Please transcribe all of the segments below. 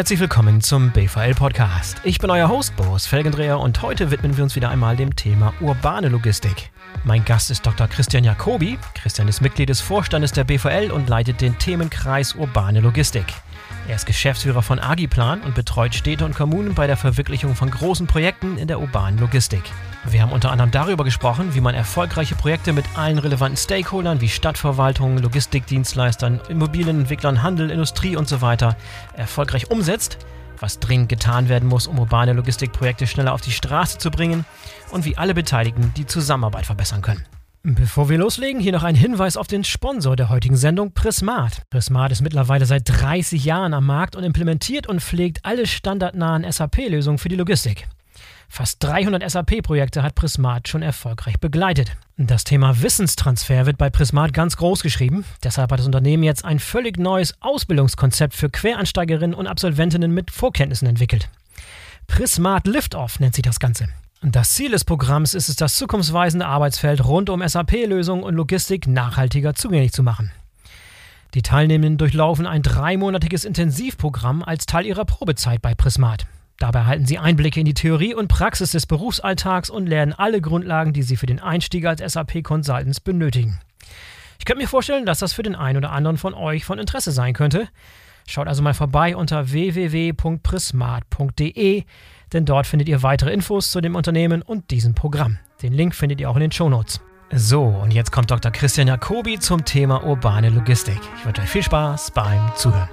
Herzlich willkommen zum BVL-Podcast. Ich bin euer Host, Boris Felgendreher, und heute widmen wir uns wieder einmal dem Thema urbane Logistik. Mein Gast ist Dr. Christian Jacobi. Christian ist Mitglied des Vorstandes der BVL und leitet den Themenkreis Urbane Logistik. Er ist Geschäftsführer von Agiplan und betreut Städte und Kommunen bei der Verwirklichung von großen Projekten in der urbanen Logistik. Wir haben unter anderem darüber gesprochen, wie man erfolgreiche Projekte mit allen relevanten Stakeholdern wie Stadtverwaltungen, Logistikdienstleistern, Immobilienentwicklern, Handel, Industrie und so weiter erfolgreich umsetzt, was dringend getan werden muss, um urbane Logistikprojekte schneller auf die Straße zu bringen und wie alle Beteiligten die Zusammenarbeit verbessern können. Bevor wir loslegen, hier noch ein Hinweis auf den Sponsor der heutigen Sendung, Prismart. Prismart ist mittlerweile seit 30 Jahren am Markt und implementiert und pflegt alle standardnahen SAP-Lösungen für die Logistik. Fast 300 SAP-Projekte hat Prismart schon erfolgreich begleitet. Das Thema Wissenstransfer wird bei Prismart ganz groß geschrieben. Deshalb hat das Unternehmen jetzt ein völlig neues Ausbildungskonzept für Quereinsteigerinnen und Absolventinnen mit Vorkenntnissen entwickelt. Prismart Liftoff nennt sich das Ganze. Das Ziel des Programms ist es, das zukunftsweisende Arbeitsfeld rund um SAP-Lösungen und Logistik nachhaltiger zugänglich zu machen. Die Teilnehmenden durchlaufen ein 3-monatiges Intensivprogramm als Teil ihrer Probezeit bei Prismart. Dabei erhalten sie Einblicke in die Theorie und Praxis des Berufsalltags und lernen alle Grundlagen, die sie für den Einstieg als SAP-Consultants benötigen. Ich könnte mir vorstellen, dass das für den einen oder anderen von euch von Interesse sein könnte. Schaut also mal vorbei unter www.prismart.de, denn dort findet ihr weitere Infos zu dem Unternehmen und diesem Programm. Den Link findet ihr auch in den Shownotes. So, und jetzt kommt Dr. Christian Jacobi zum Thema urbane Logistik. Ich wünsche euch viel Spaß beim Zuhören.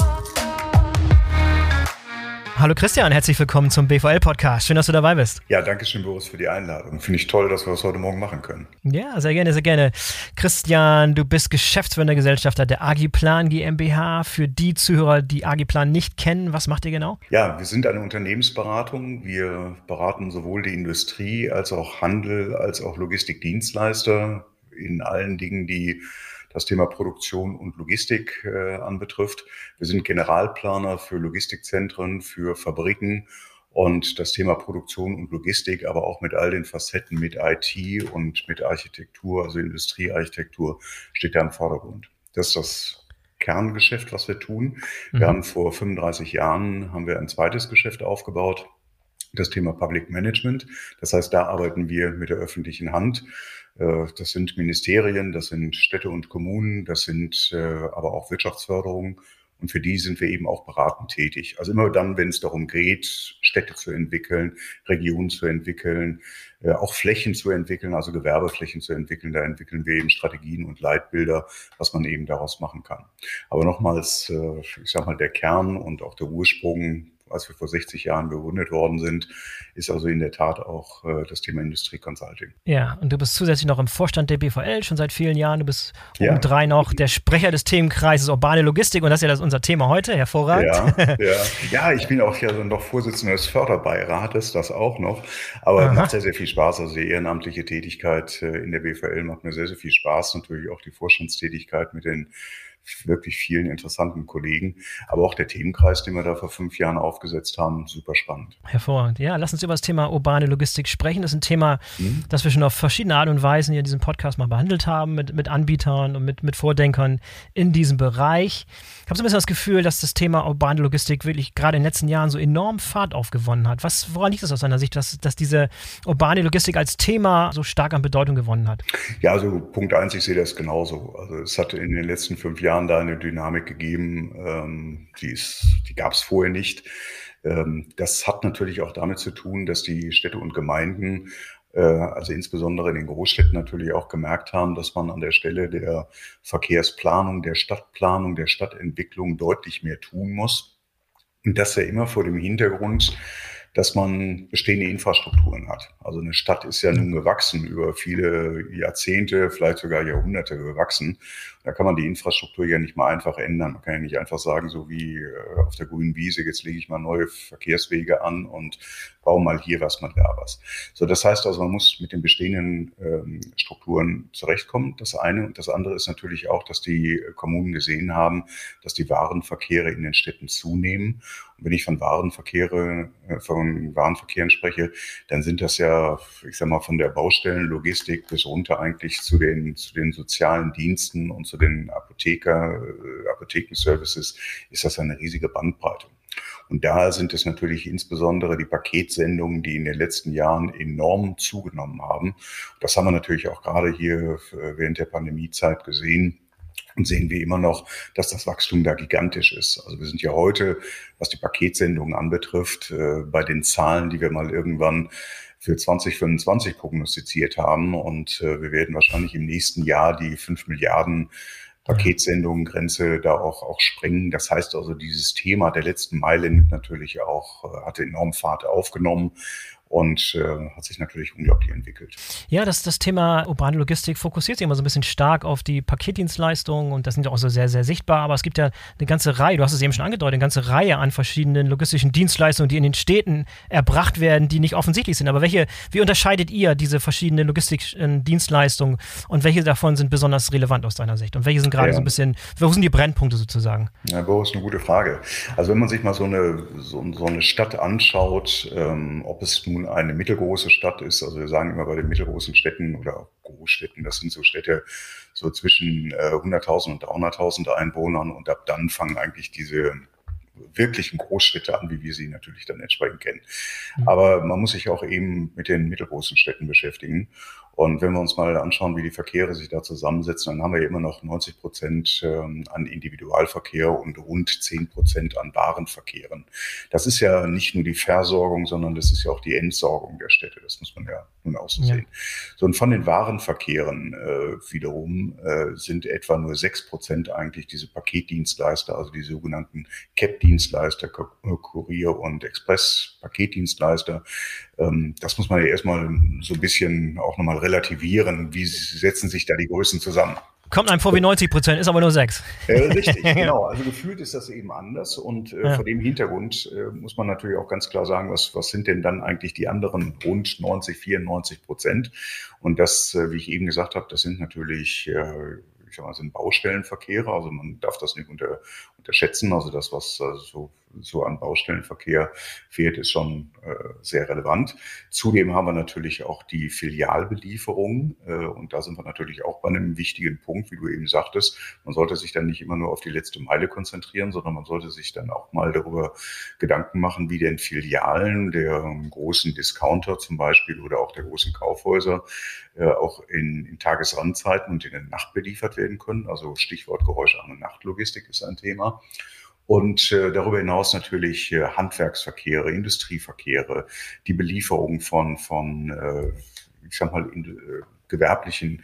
Hallo Christian, herzlich willkommen zum BVL-Podcast. Schön, dass du dabei bist. Ja, danke schön, Boris, für die Einladung. Finde ich toll, dass wir das heute Morgen machen können. Ja, sehr gerne, sehr gerne. Christian, du bist geschäftsführender Gesellschafter der Agiplan GmbH. Für die Zuhörer, die Agiplan nicht kennen, was macht ihr genau? Ja, wir sind eine Unternehmensberatung. Wir beraten sowohl die Industrie als auch Handel, als auch Logistikdienstleister in allen Dingen, die das Thema Produktion und Logistik anbetrifft. Wir sind Generalplaner für Logistikzentren, für Fabriken und das Thema Produktion und Logistik, aber auch mit all den Facetten, mit IT und mit Architektur, also Industriearchitektur, steht da im Vordergrund. Das ist das Kerngeschäft, was wir tun. Wir haben vor 35 Jahren ein zweites Geschäft aufgebaut. Das Thema Public Management. Das heißt, da arbeiten wir mit der öffentlichen Hand. Das sind Ministerien, das sind Städte und Kommunen, das sind aber auch Wirtschaftsförderung. Und für die sind wir eben auch beratend tätig. Also immer dann, wenn es darum geht, Städte zu entwickeln, Regionen zu entwickeln, auch Flächen zu entwickeln, also Gewerbeflächen zu entwickeln, da entwickeln wir eben Strategien und Leitbilder, was man eben daraus machen kann. Aber nochmals, ich sag mal, der Kern und auch der Ursprung, als wir vor 60 Jahren gegründet worden sind, ist also in der Tat auch das Thema Industrie-Consulting. Ja, und du bist zusätzlich noch im Vorstand der BVL schon seit vielen Jahren. Du bist obendrein noch der Sprecher des Themenkreises Urbane Logistik und das ist ja unser Thema heute, hervorragend. Ja, ich bin auch ja noch Vorsitzender des Förderbeirates, das auch noch, aber macht sehr, sehr viel Spaß. Also die ehrenamtliche Tätigkeit in der BVL macht mir sehr, sehr viel Spaß. Natürlich auch die Vorstandstätigkeit mit den wirklich vielen interessanten Kollegen, aber auch der Themenkreis, den wir da vor 5 Jahren aufgesetzt haben, super spannend. Hervorragend. Ja, lass uns über das Thema urbane Logistik sprechen. Das ist ein Thema, das wir schon auf verschiedene Art und Weisen hier in diesem Podcast mal behandelt haben, mit Anbietern und mit Vordenkern in diesem Bereich. Ich habe so ein bisschen das Gefühl, dass das Thema urbane Logistik wirklich gerade in den letzten Jahren so enorm Fahrt aufgewonnen hat. Woran liegt das aus deiner Sicht, dass diese urbane Logistik als Thema so stark an Bedeutung gewonnen hat? Ja, also Punkt 1, ich sehe das genauso. Also es hat in den letzten 5 Jahren da eine Dynamik gegeben, die gab es vorher nicht. Das hat natürlich auch damit zu tun, dass die Städte und Gemeinden, also insbesondere in den Großstädten natürlich auch gemerkt haben, dass man an der Stelle der Verkehrsplanung, der Stadtplanung, der Stadtentwicklung deutlich mehr tun muss. Und das ja immer vor dem Hintergrund, dass man bestehende Infrastrukturen hat. Also eine Stadt ist ja nun gewachsen, über viele Jahrzehnte, vielleicht sogar Jahrhunderte gewachsen. Da kann man die Infrastruktur ja nicht mal einfach ändern. Man kann ja nicht einfach sagen, so wie auf der grünen Wiese, jetzt lege ich mal neue Verkehrswege an und baue mal hier was, mal da was. So, das heißt also, man muss mit den bestehenden Strukturen zurechtkommen. Das eine. Und das andere ist natürlich auch, dass die Kommunen gesehen haben, dass die Warenverkehre in den Städten zunehmen. Und wenn ich von Warenverkehren spreche, dann sind das ja, ich sag mal, von der Baustellenlogistik bis runter eigentlich zu den sozialen Diensten und zu den Apothekenservices ist das eine riesige Bandbreite. Und da sind es natürlich insbesondere die Paketsendungen, die in den letzten Jahren enorm zugenommen haben. Das haben wir natürlich auch gerade hier während der Pandemiezeit gesehen. Und sehen wir immer noch, dass das Wachstum da gigantisch ist. Also wir sind ja heute, was die Paketsendungen anbetrifft, bei den Zahlen, die wir mal irgendwann für 2025 prognostiziert haben. Und wir werden wahrscheinlich im nächsten Jahr die 5 Milliarden Paketsendungen-Grenze da auch sprengen. Das heißt also, dieses Thema der letzten Meile nimmt natürlich auch, hatte enorm Fahrt aufgenommen. Und hat sich natürlich unglaublich entwickelt. Ja, das Thema urbane Logistik fokussiert sich immer so ein bisschen stark auf die Paketdienstleistungen und das sind ja auch so sehr, sehr sichtbar, aber es gibt ja eine ganze Reihe, du hast es eben schon angedeutet, eine ganze Reihe an verschiedenen logistischen Dienstleistungen, die in den Städten erbracht werden, die nicht offensichtlich sind. Aber wie unterscheidet ihr diese verschiedenen logistischen Dienstleistungen und welche davon sind besonders relevant aus deiner Sicht? Und welche sind gerade so ein bisschen, wo sind die Brennpunkte sozusagen? Ja, Boris, eine gute Frage. Also wenn man sich mal so eine Stadt anschaut, ob es nun eine mittelgroße Stadt ist, also wir sagen immer bei den mittelgroßen Städten oder Großstädten, das sind so Städte so zwischen 100.000 und 300.000 Einwohnern und ab dann fangen eigentlich diese wirklichen Großstädte an, wie wir sie natürlich dann entsprechend kennen. Aber man muss sich auch eben mit den mittelgroßen Städten beschäftigen. Und wenn wir uns mal anschauen, wie die Verkehre sich da zusammensetzen, dann haben wir immer noch 90% an Individualverkehr und rund 10% an Warenverkehren. Das ist ja nicht nur die Versorgung, sondern das ist ja auch die Entsorgung der Städte. Das muss man ja nun auch so sehen. So, und von den Warenverkehren wiederum sind etwa nur 6% eigentlich diese Paketdienstleister, also die sogenannten CAP-Dienstleister, Kurier- und Express-Paketdienstleister. Das muss man ja erstmal so ein bisschen auch nochmal relativieren. Wie setzen sich da die Größen zusammen? Kommt einem vor wie 90%, ist aber nur 6. Richtig, genau. Also gefühlt ist das eben anders. Und vor dem Hintergrund muss man natürlich auch ganz klar sagen, was sind denn dann eigentlich die anderen rund 94%? Und das, wie ich eben gesagt habe, das sind natürlich sind Baustellenverkehre, also man darf das nicht unterschätzen. Also das, was so an Baustellenverkehr fehlt, ist schon sehr relevant. Zudem haben wir natürlich auch die Filialbelieferung und da sind wir natürlich auch bei einem wichtigen Punkt, wie du eben sagtest. Man sollte sich dann nicht immer nur auf die letzte Meile konzentrieren, sondern man sollte sich dann auch mal darüber Gedanken machen, wie denn Filialen der großen Discounter zum Beispiel oder auch der großen Kaufhäuser auch in Tagesrandzeiten und in der Nacht beliefert werden können. Also Stichwort geräuscharme Nachtlogistik ist ein Thema. Und darüber hinaus natürlich Handwerksverkehre, Industrieverkehre, die Belieferung von gewerblichen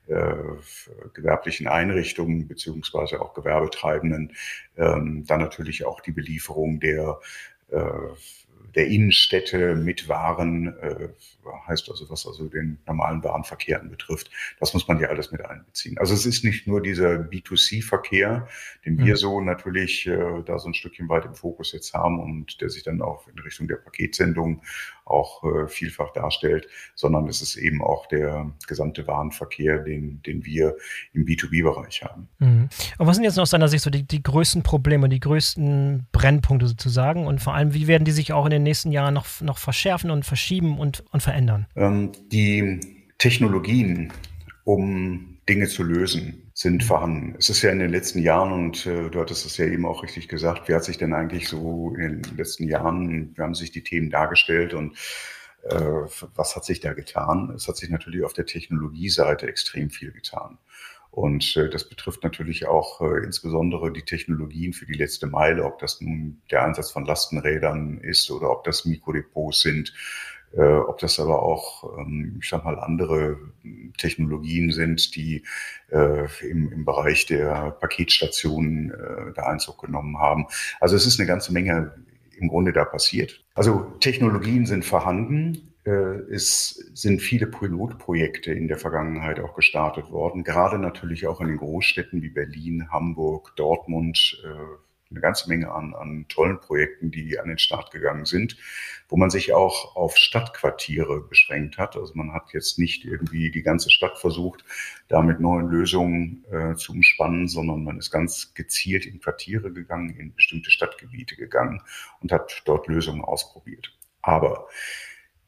Einrichtungen beziehungsweise auch Gewerbetreibenden, dann natürlich auch die Belieferung der Innenstädte mit Waren, heißt also, was also den normalen Warenverkehr anbetrifft. Das muss man ja alles mit einbeziehen. Also es ist nicht nur dieser B2C-Verkehr, den wir so natürlich da so ein Stückchen weit im Fokus jetzt haben und der sich dann auch in Richtung der Paketsendung auch vielfach darstellt, sondern es ist eben auch der gesamte Warenverkehr, den wir im B2B-Bereich haben. Und was sind jetzt aus deiner Sicht so die größten Probleme, die größten Brennpunkte sozusagen und vor allem, wie werden die sich auch in den nächsten Jahren noch verschärfen und verschieben und verändern? Die Technologien, um Dinge zu lösen, sind vorhanden. Es ist ja in den letzten Jahren, und du hattest es ja eben auch richtig gesagt, wie hat sich denn eigentlich so in den letzten Jahren, wie haben sich die Themen dargestellt und was hat sich da getan? Es hat sich natürlich auf der Technologieseite extrem viel getan. Und das betrifft natürlich auch insbesondere die Technologien für die letzte Meile, ob das nun der Einsatz von Lastenrädern ist oder ob das Mikrodepots sind, ob das aber auch, andere Technologien sind, die im Bereich der Paketstationen da Einzug genommen haben. Also es ist eine ganze Menge im Grunde da passiert. Also Technologien sind vorhanden. Es sind viele Pilotprojekte in der Vergangenheit auch gestartet worden, gerade natürlich auch in den Großstädten wie Berlin, Hamburg, Dortmund, eine ganze Menge an tollen Projekten, die an den Start gegangen sind, wo man sich auch auf Stadtquartiere beschränkt hat. Also man hat jetzt nicht irgendwie die ganze Stadt versucht, da mit neuen Lösungen zu umspannen, sondern man ist ganz gezielt in Quartiere gegangen, in bestimmte Stadtgebiete gegangen und hat dort Lösungen ausprobiert. Aber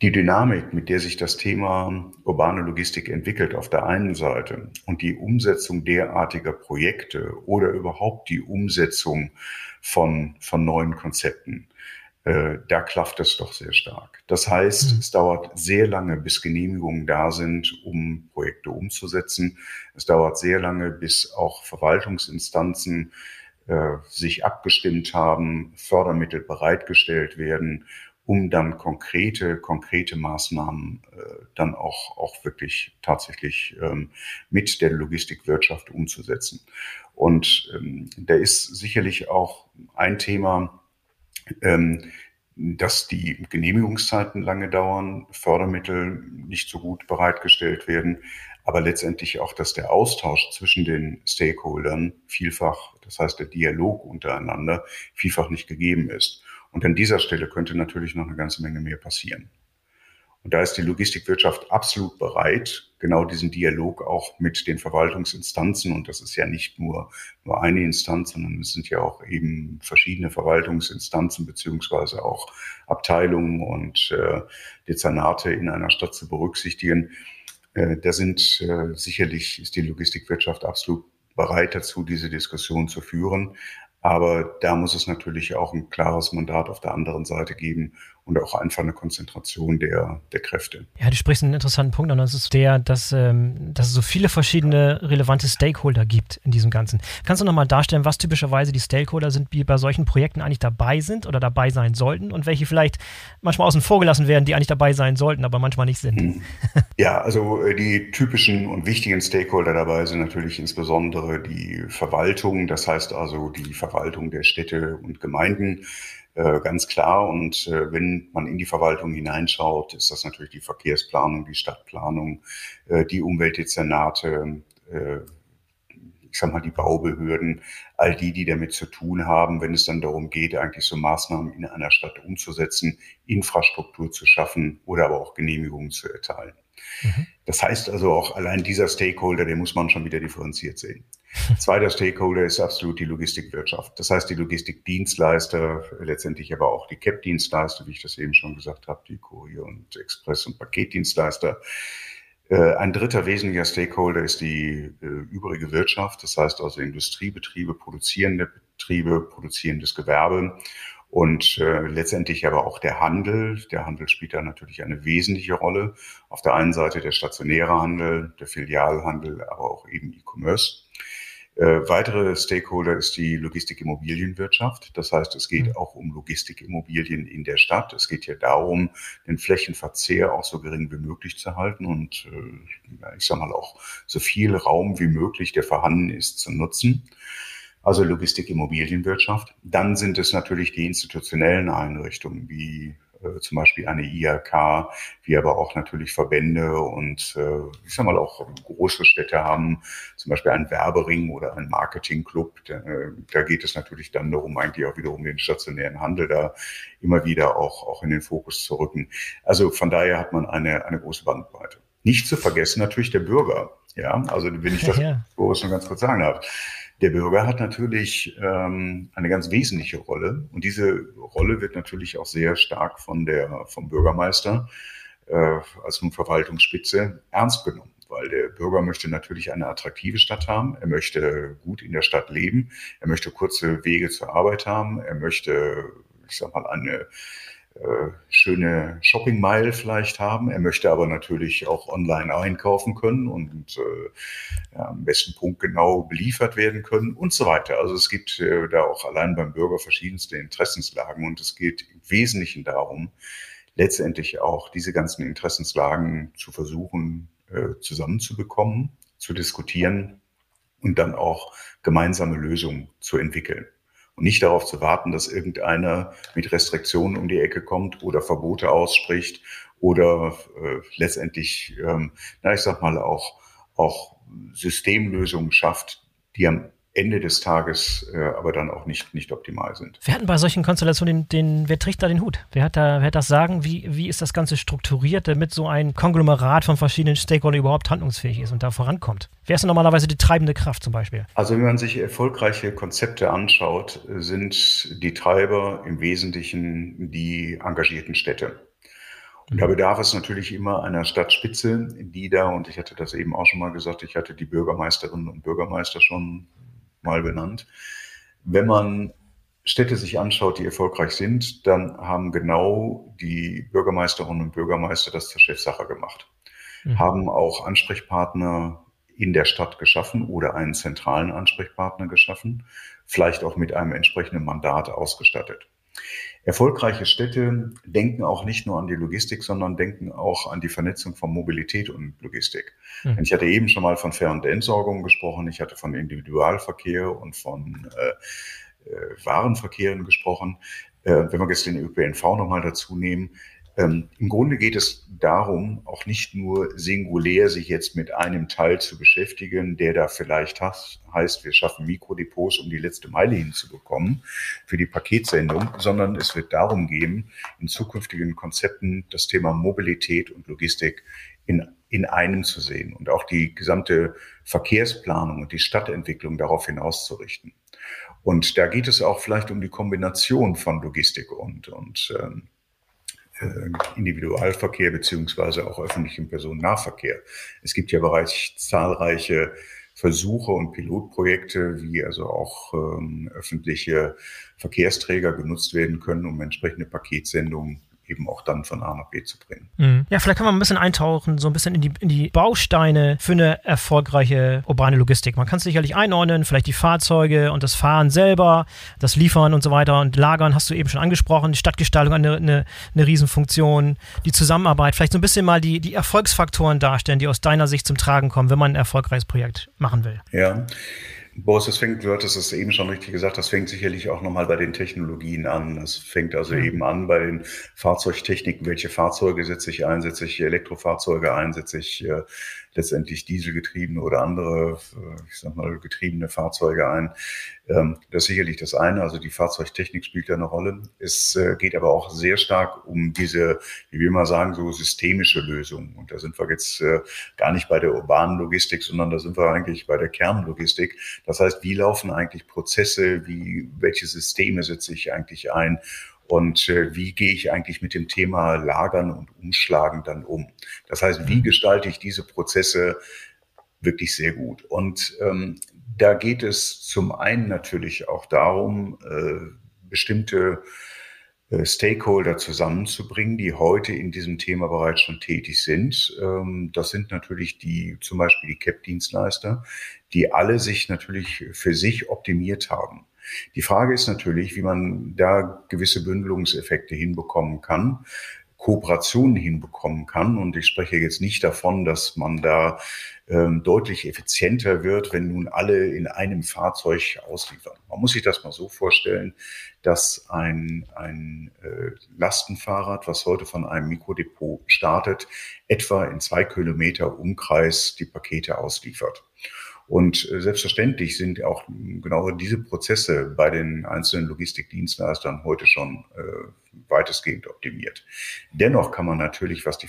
Die Dynamik, mit der sich das Thema urbane Logistik entwickelt auf der einen Seite und die Umsetzung derartiger Projekte oder überhaupt die Umsetzung von neuen Konzepten, da klafft es doch sehr stark. Das heißt, es dauert sehr lange, bis Genehmigungen da sind, um Projekte umzusetzen. Es dauert sehr lange, bis auch Verwaltungsinstanzen sich abgestimmt haben, Fördermittel bereitgestellt werden, um dann konkrete Maßnahmen dann auch wirklich tatsächlich mit der Logistikwirtschaft umzusetzen. Und da ist sicherlich auch ein Thema, dass die Genehmigungszeiten lange dauern, Fördermittel nicht so gut bereitgestellt werden, aber letztendlich auch, dass der Austausch zwischen den Stakeholdern vielfach, das heißt der Dialog untereinander, vielfach nicht gegeben ist. Und an dieser Stelle könnte natürlich noch eine ganze Menge mehr passieren. Und da ist die Logistikwirtschaft absolut bereit, genau diesen Dialog auch mit den Verwaltungsinstanzen, und das ist ja nicht nur eine Instanz, sondern es sind ja auch eben verschiedene Verwaltungsinstanzen beziehungsweise auch Abteilungen und Dezernate in einer Stadt zu berücksichtigen. Da sicherlich ist die Logistikwirtschaft absolut bereit dazu, diese Diskussion zu führen. Aber da muss es natürlich auch ein klares Mandat auf der anderen Seite geben und auch einfach eine Konzentration der Kräfte. Ja, du sprichst einen interessanten Punkt an. Das ist dass es so viele verschiedene relevante Stakeholder gibt in diesem Ganzen. Kannst du nochmal darstellen, was typischerweise die Stakeholder sind, die bei solchen Projekten eigentlich dabei sind oder dabei sein sollten und welche vielleicht manchmal außen vor gelassen werden, die eigentlich dabei sein sollten, aber manchmal nicht sind? Ja, also die typischen und wichtigen Stakeholder dabei sind natürlich insbesondere die Verwaltung, das heißt also die Verwaltung der Städte und Gemeinden, ganz klar. Und wenn man in die Verwaltung hineinschaut, ist das natürlich die Verkehrsplanung, die Stadtplanung, die Umweltdezernate, ich sag mal die Baubehörden, all die damit zu tun haben, wenn es dann darum geht, eigentlich so Maßnahmen in einer Stadt umzusetzen, Infrastruktur zu schaffen oder aber auch Genehmigungen zu erteilen. Das heißt also auch allein dieser Stakeholder, den muss man schon wieder differenziert sehen. Zweiter Stakeholder ist absolut die Logistikwirtschaft. Das heißt die Logistikdienstleister, letztendlich aber auch die CAP-Dienstleister, wie ich das eben schon gesagt habe, die Kurier- und Express- und Paketdienstleister. Ein dritter wesentlicher Stakeholder ist die übrige Wirtschaft, das heißt also Industriebetriebe, produzierende Betriebe, produzierendes Gewerbe. Und letztendlich aber auch der Handel. Der Handel spielt da natürlich eine wesentliche Rolle. Auf der einen Seite der stationäre Handel, der Filialhandel, aber auch eben E-Commerce. Weitere Stakeholder ist die Logistikimmobilienwirtschaft. Das heißt, es geht auch um Logistikimmobilien in der Stadt. Es geht ja darum, den Flächenverzehr auch so gering wie möglich zu halten und ich sage mal auch so viel Raum wie möglich, der vorhanden ist, zu nutzen. Also Logistikimmobilienwirtschaft. Dann sind es natürlich die institutionellen Einrichtungen wie zum Beispiel eine IHK, wie aber auch natürlich Verbände und ich sag mal auch große Städte haben, zum Beispiel einen Werbering oder einen Marketingclub. Da geht es natürlich dann darum, eigentlich auch wiederum den stationären Handel da immer wieder auch in den Fokus zu rücken. Also von daher hat man eine große Bandbreite. Nicht zu vergessen natürlich der Bürger. Ja, also wenn ich das noch ganz kurz sagen darf. Der Bürger hat natürlich eine ganz wesentliche Rolle und diese Rolle wird natürlich auch sehr stark vom Bürgermeister als Verwaltungsspitze ernst genommen, weil der Bürger möchte natürlich eine attraktive Stadt haben, er möchte gut in der Stadt leben, er möchte kurze Wege zur Arbeit haben, er möchte, ich sag mal, eine schöne Shopping-Mile vielleicht haben. Er möchte aber natürlich auch online einkaufen können und am besten punktgenau beliefert werden können und so weiter. Also es gibt da auch allein beim Bürger verschiedenste Interessenslagen und es geht im Wesentlichen darum, letztendlich auch diese ganzen Interessenslagen zu versuchen zusammenzubekommen, zu diskutieren und dann auch gemeinsame Lösungen zu entwickeln. Und nicht darauf zu warten, dass irgendeiner mit Restriktionen um die Ecke kommt oder Verbote ausspricht oder letztendlich, ich sag mal, auch Systemlösungen schafft, die am Ende des Tages aber dann auch nicht optimal sind. Wer hat denn bei solchen Konstellationen wer trägt da den Hut? Wer hat das Sagen? Wie ist das Ganze strukturiert, damit so ein Konglomerat von verschiedenen Stakeholdern überhaupt handlungsfähig ist und da vorankommt? Wer ist denn normalerweise die treibende Kraft zum Beispiel? Also wenn man sich erfolgreiche Konzepte anschaut, sind die Treiber im Wesentlichen die engagierten Städte. Und da bedarf es natürlich immer einer Stadtspitze, die da, und ich hatte das eben auch schon mal gesagt, ich hatte die Bürgermeisterinnen und Bürgermeister schon mal benannt. Wenn man Städte sich anschaut, die erfolgreich sind, dann haben genau die Bürgermeisterinnen und Bürgermeister das zur Chefsache gemacht. Haben auch Ansprechpartner in der Stadt geschaffen oder einen zentralen Ansprechpartner geschaffen, vielleicht auch mit einem entsprechenden Mandat ausgestattet. Erfolgreiche Städte denken auch nicht nur an die Logistik, sondern denken auch an die Vernetzung von Mobilität und Logistik. Ich hatte eben schon mal von Fähr- und Entsorgung gesprochen, ich hatte von Individualverkehr und von Warenverkehren gesprochen. Wenn wir jetzt den ÖPNV nochmal dazu nehmen, im Grunde geht es darum, auch nicht nur singulär sich jetzt mit einem Teil zu beschäftigen, der da vielleicht heißt, wir schaffen Mikrodepots, um die letzte Meile hinzubekommen für die Paketsendung, sondern es wird darum gehen, in zukünftigen Konzepten das Thema Mobilität und Logistik in einem zu sehen und auch die gesamte Verkehrsplanung und die Stadtentwicklung darauf hinauszurichten. Und da geht es auch vielleicht um die Kombination von Logistik und Individualverkehr beziehungsweise auch öffentlichem Personennahverkehr. Es gibt ja bereits zahlreiche Versuche und Pilotprojekte, wie also auch öffentliche Verkehrsträger genutzt werden können, um entsprechende Paketsendungen eben auch dann von A nach B zu bringen. Ja, vielleicht kann man ein bisschen eintauchen, so ein bisschen in die Bausteine für eine erfolgreiche urbane Logistik. Man kann es sicherlich einordnen, vielleicht die Fahrzeuge und das Fahren selber, das Liefern und so weiter und Lagern hast du eben schon angesprochen, die Stadtgestaltung eine Riesenfunktion, die Zusammenarbeit, vielleicht so ein bisschen mal die Erfolgsfaktoren darstellen, die aus deiner Sicht zum Tragen kommen, wenn man ein erfolgreiches Projekt machen will. Ja. Boris, du hattest es eben schon richtig gesagt, das fängt sicherlich auch nochmal bei den Technologien an. Das fängt also eben an bei den Fahrzeugtechniken. Welche Fahrzeuge setze ich ein? Setze ich Elektrofahrzeuge ein? Setze ich letztendlich dieselgetriebene oder andere, ich sag mal, getriebene Fahrzeuge ein? Das ist sicherlich das eine. Also die Fahrzeugtechnik spielt da eine Rolle. Es geht aber auch sehr stark um diese, wie wir mal sagen, so systemische Lösungen. Und da sind wir jetzt gar nicht bei der urbanen Logistik, sondern da sind wir eigentlich bei der Kernlogistik. Das heißt, wie laufen eigentlich Prozesse, welche Systeme setze ich eigentlich ein und wie gehe ich eigentlich mit dem Thema Lagern und Umschlagen dann um? Das heißt, wie gestalte ich diese Prozesse wirklich sehr gut? Und da geht es zum einen natürlich auch darum, bestimmte Stakeholder zusammenzubringen, die heute in diesem Thema bereits schon tätig sind. Das sind natürlich zum Beispiel die CAP-Dienstleister, die alle sich natürlich für sich optimiert haben. Die Frage ist natürlich, wie man da gewisse Bündelungseffekte hinbekommen kann, Kooperationen hinbekommen kann. Und ich spreche jetzt nicht davon, dass man da deutlich effizienter wird, wenn nun alle in einem Fahrzeug ausliefern. Man muss sich das mal so vorstellen, dass ein Lastenfahrrad, was heute von einem Mikrodepot startet, etwa in 2 Kilometer Umkreis die Pakete ausliefert. Und selbstverständlich sind auch genau diese Prozesse bei den einzelnen Logistikdienstleistern heute schon weitestgehend optimiert. Dennoch kann man natürlich, was den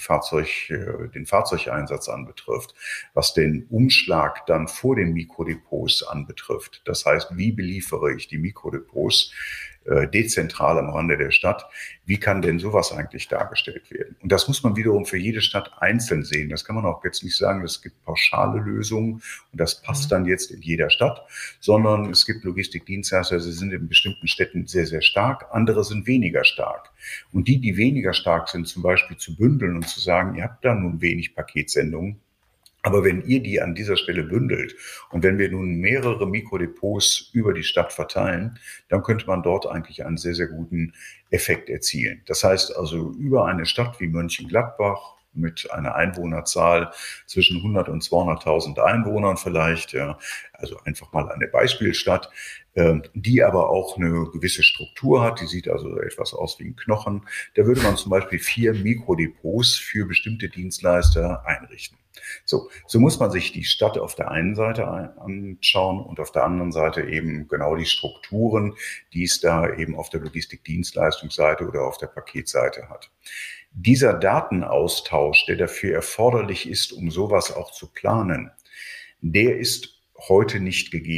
Fahrzeugeinsatz anbetrifft, was den Umschlag dann vor den Mikrodepots anbetrifft, das heißt, wie beliefere ich die Mikrodepots dezentral am Rande der Stadt, wie kann denn sowas eigentlich dargestellt werden? Und das muss man wiederum für jede Stadt einzeln sehen. Das kann man auch jetzt nicht sagen, es gibt pauschale Lösungen und das passt dann jetzt in jeder Stadt, sondern es gibt Logistikdienstleister, sie sind in bestimmten Städten sehr, sehr stark, andere sind weniger stark. Und die weniger stark sind, zum Beispiel zu bündeln und zu sagen, ihr habt da nun wenig Paketsendungen, aber wenn ihr die an dieser Stelle bündelt und wenn wir nun mehrere Mikrodepots über die Stadt verteilen, dann könnte man dort eigentlich einen sehr, sehr guten Effekt erzielen. Das heißt also über eine Stadt wie Mönchengladbach mit einer Einwohnerzahl zwischen 100 und 200.000 Einwohnern vielleicht, ja, also einfach mal eine Beispielstadt, die aber auch eine gewisse Struktur hat, die sieht also etwas aus wie ein Knochen. Da würde man zum Beispiel 4 Mikrodepots für bestimmte Dienstleister einrichten. So muss man sich die Stadt auf der einen Seite anschauen und auf der anderen Seite eben genau die Strukturen, die es da eben auf der Logistikdienstleistungsseite oder auf der Paketseite hat. Dieser Datenaustausch, der dafür erforderlich ist, um sowas auch zu planen, der ist heute nicht gegeben.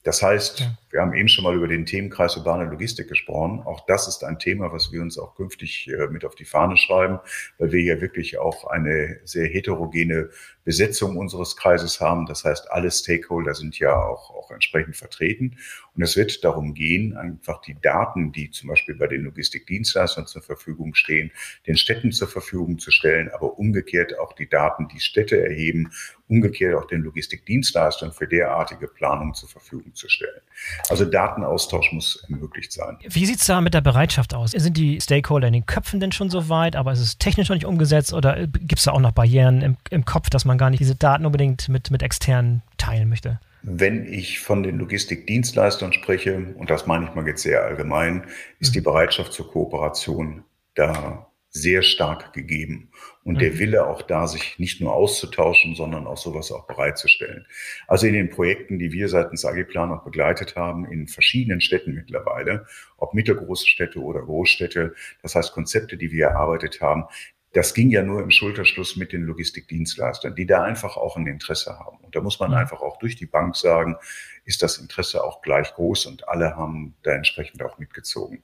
Das heißt, Ja. wir haben eben schon mal über den Themenkreis urbane Logistik gesprochen. Auch das ist ein Thema, was wir uns auch künftig mit auf die Fahne schreiben, weil wir ja wirklich auch eine sehr heterogene Besetzung unseres Kreises haben. Das heißt, alle Stakeholder sind ja auch entsprechend vertreten. Und es wird darum gehen, einfach die Daten, die zum Beispiel bei den Logistikdienstleistern zur Verfügung stehen, den Städten zur Verfügung zu stellen, aber umgekehrt auch die Daten, die Städte erheben, umgekehrt auch den Logistikdienstleistern für derartige Planung zur Verfügung zu stellen. Also Datenaustausch muss ermöglicht sein. Wie sieht es da mit der Bereitschaft aus? Sind die Stakeholder in den Köpfen denn schon so weit, aber ist es technisch noch nicht umgesetzt oder gibt es da auch noch Barrieren im Kopf, dass man gar nicht diese Daten unbedingt mit externen teilen möchte? Wenn ich von den Logistikdienstleistern spreche, und das meine ich mal jetzt sehr allgemein, ist die Bereitschaft zur Kooperation da sehr stark gegeben. Und der Wille auch da, sich nicht nur auszutauschen, sondern auch sowas auch bereitzustellen. Also in den Projekten, die wir seitens Agiplan auch begleitet haben, in verschiedenen Städten mittlerweile, ob mittelgroße Städte oder Großstädte, das heißt Konzepte, die wir erarbeitet haben, das ging ja nur im Schulterschluss mit den Logistikdienstleistern, die da einfach auch ein Interesse haben. Und da muss man einfach auch durch die Bank sagen, ist das Interesse auch gleich groß und alle haben da entsprechend auch mitgezogen.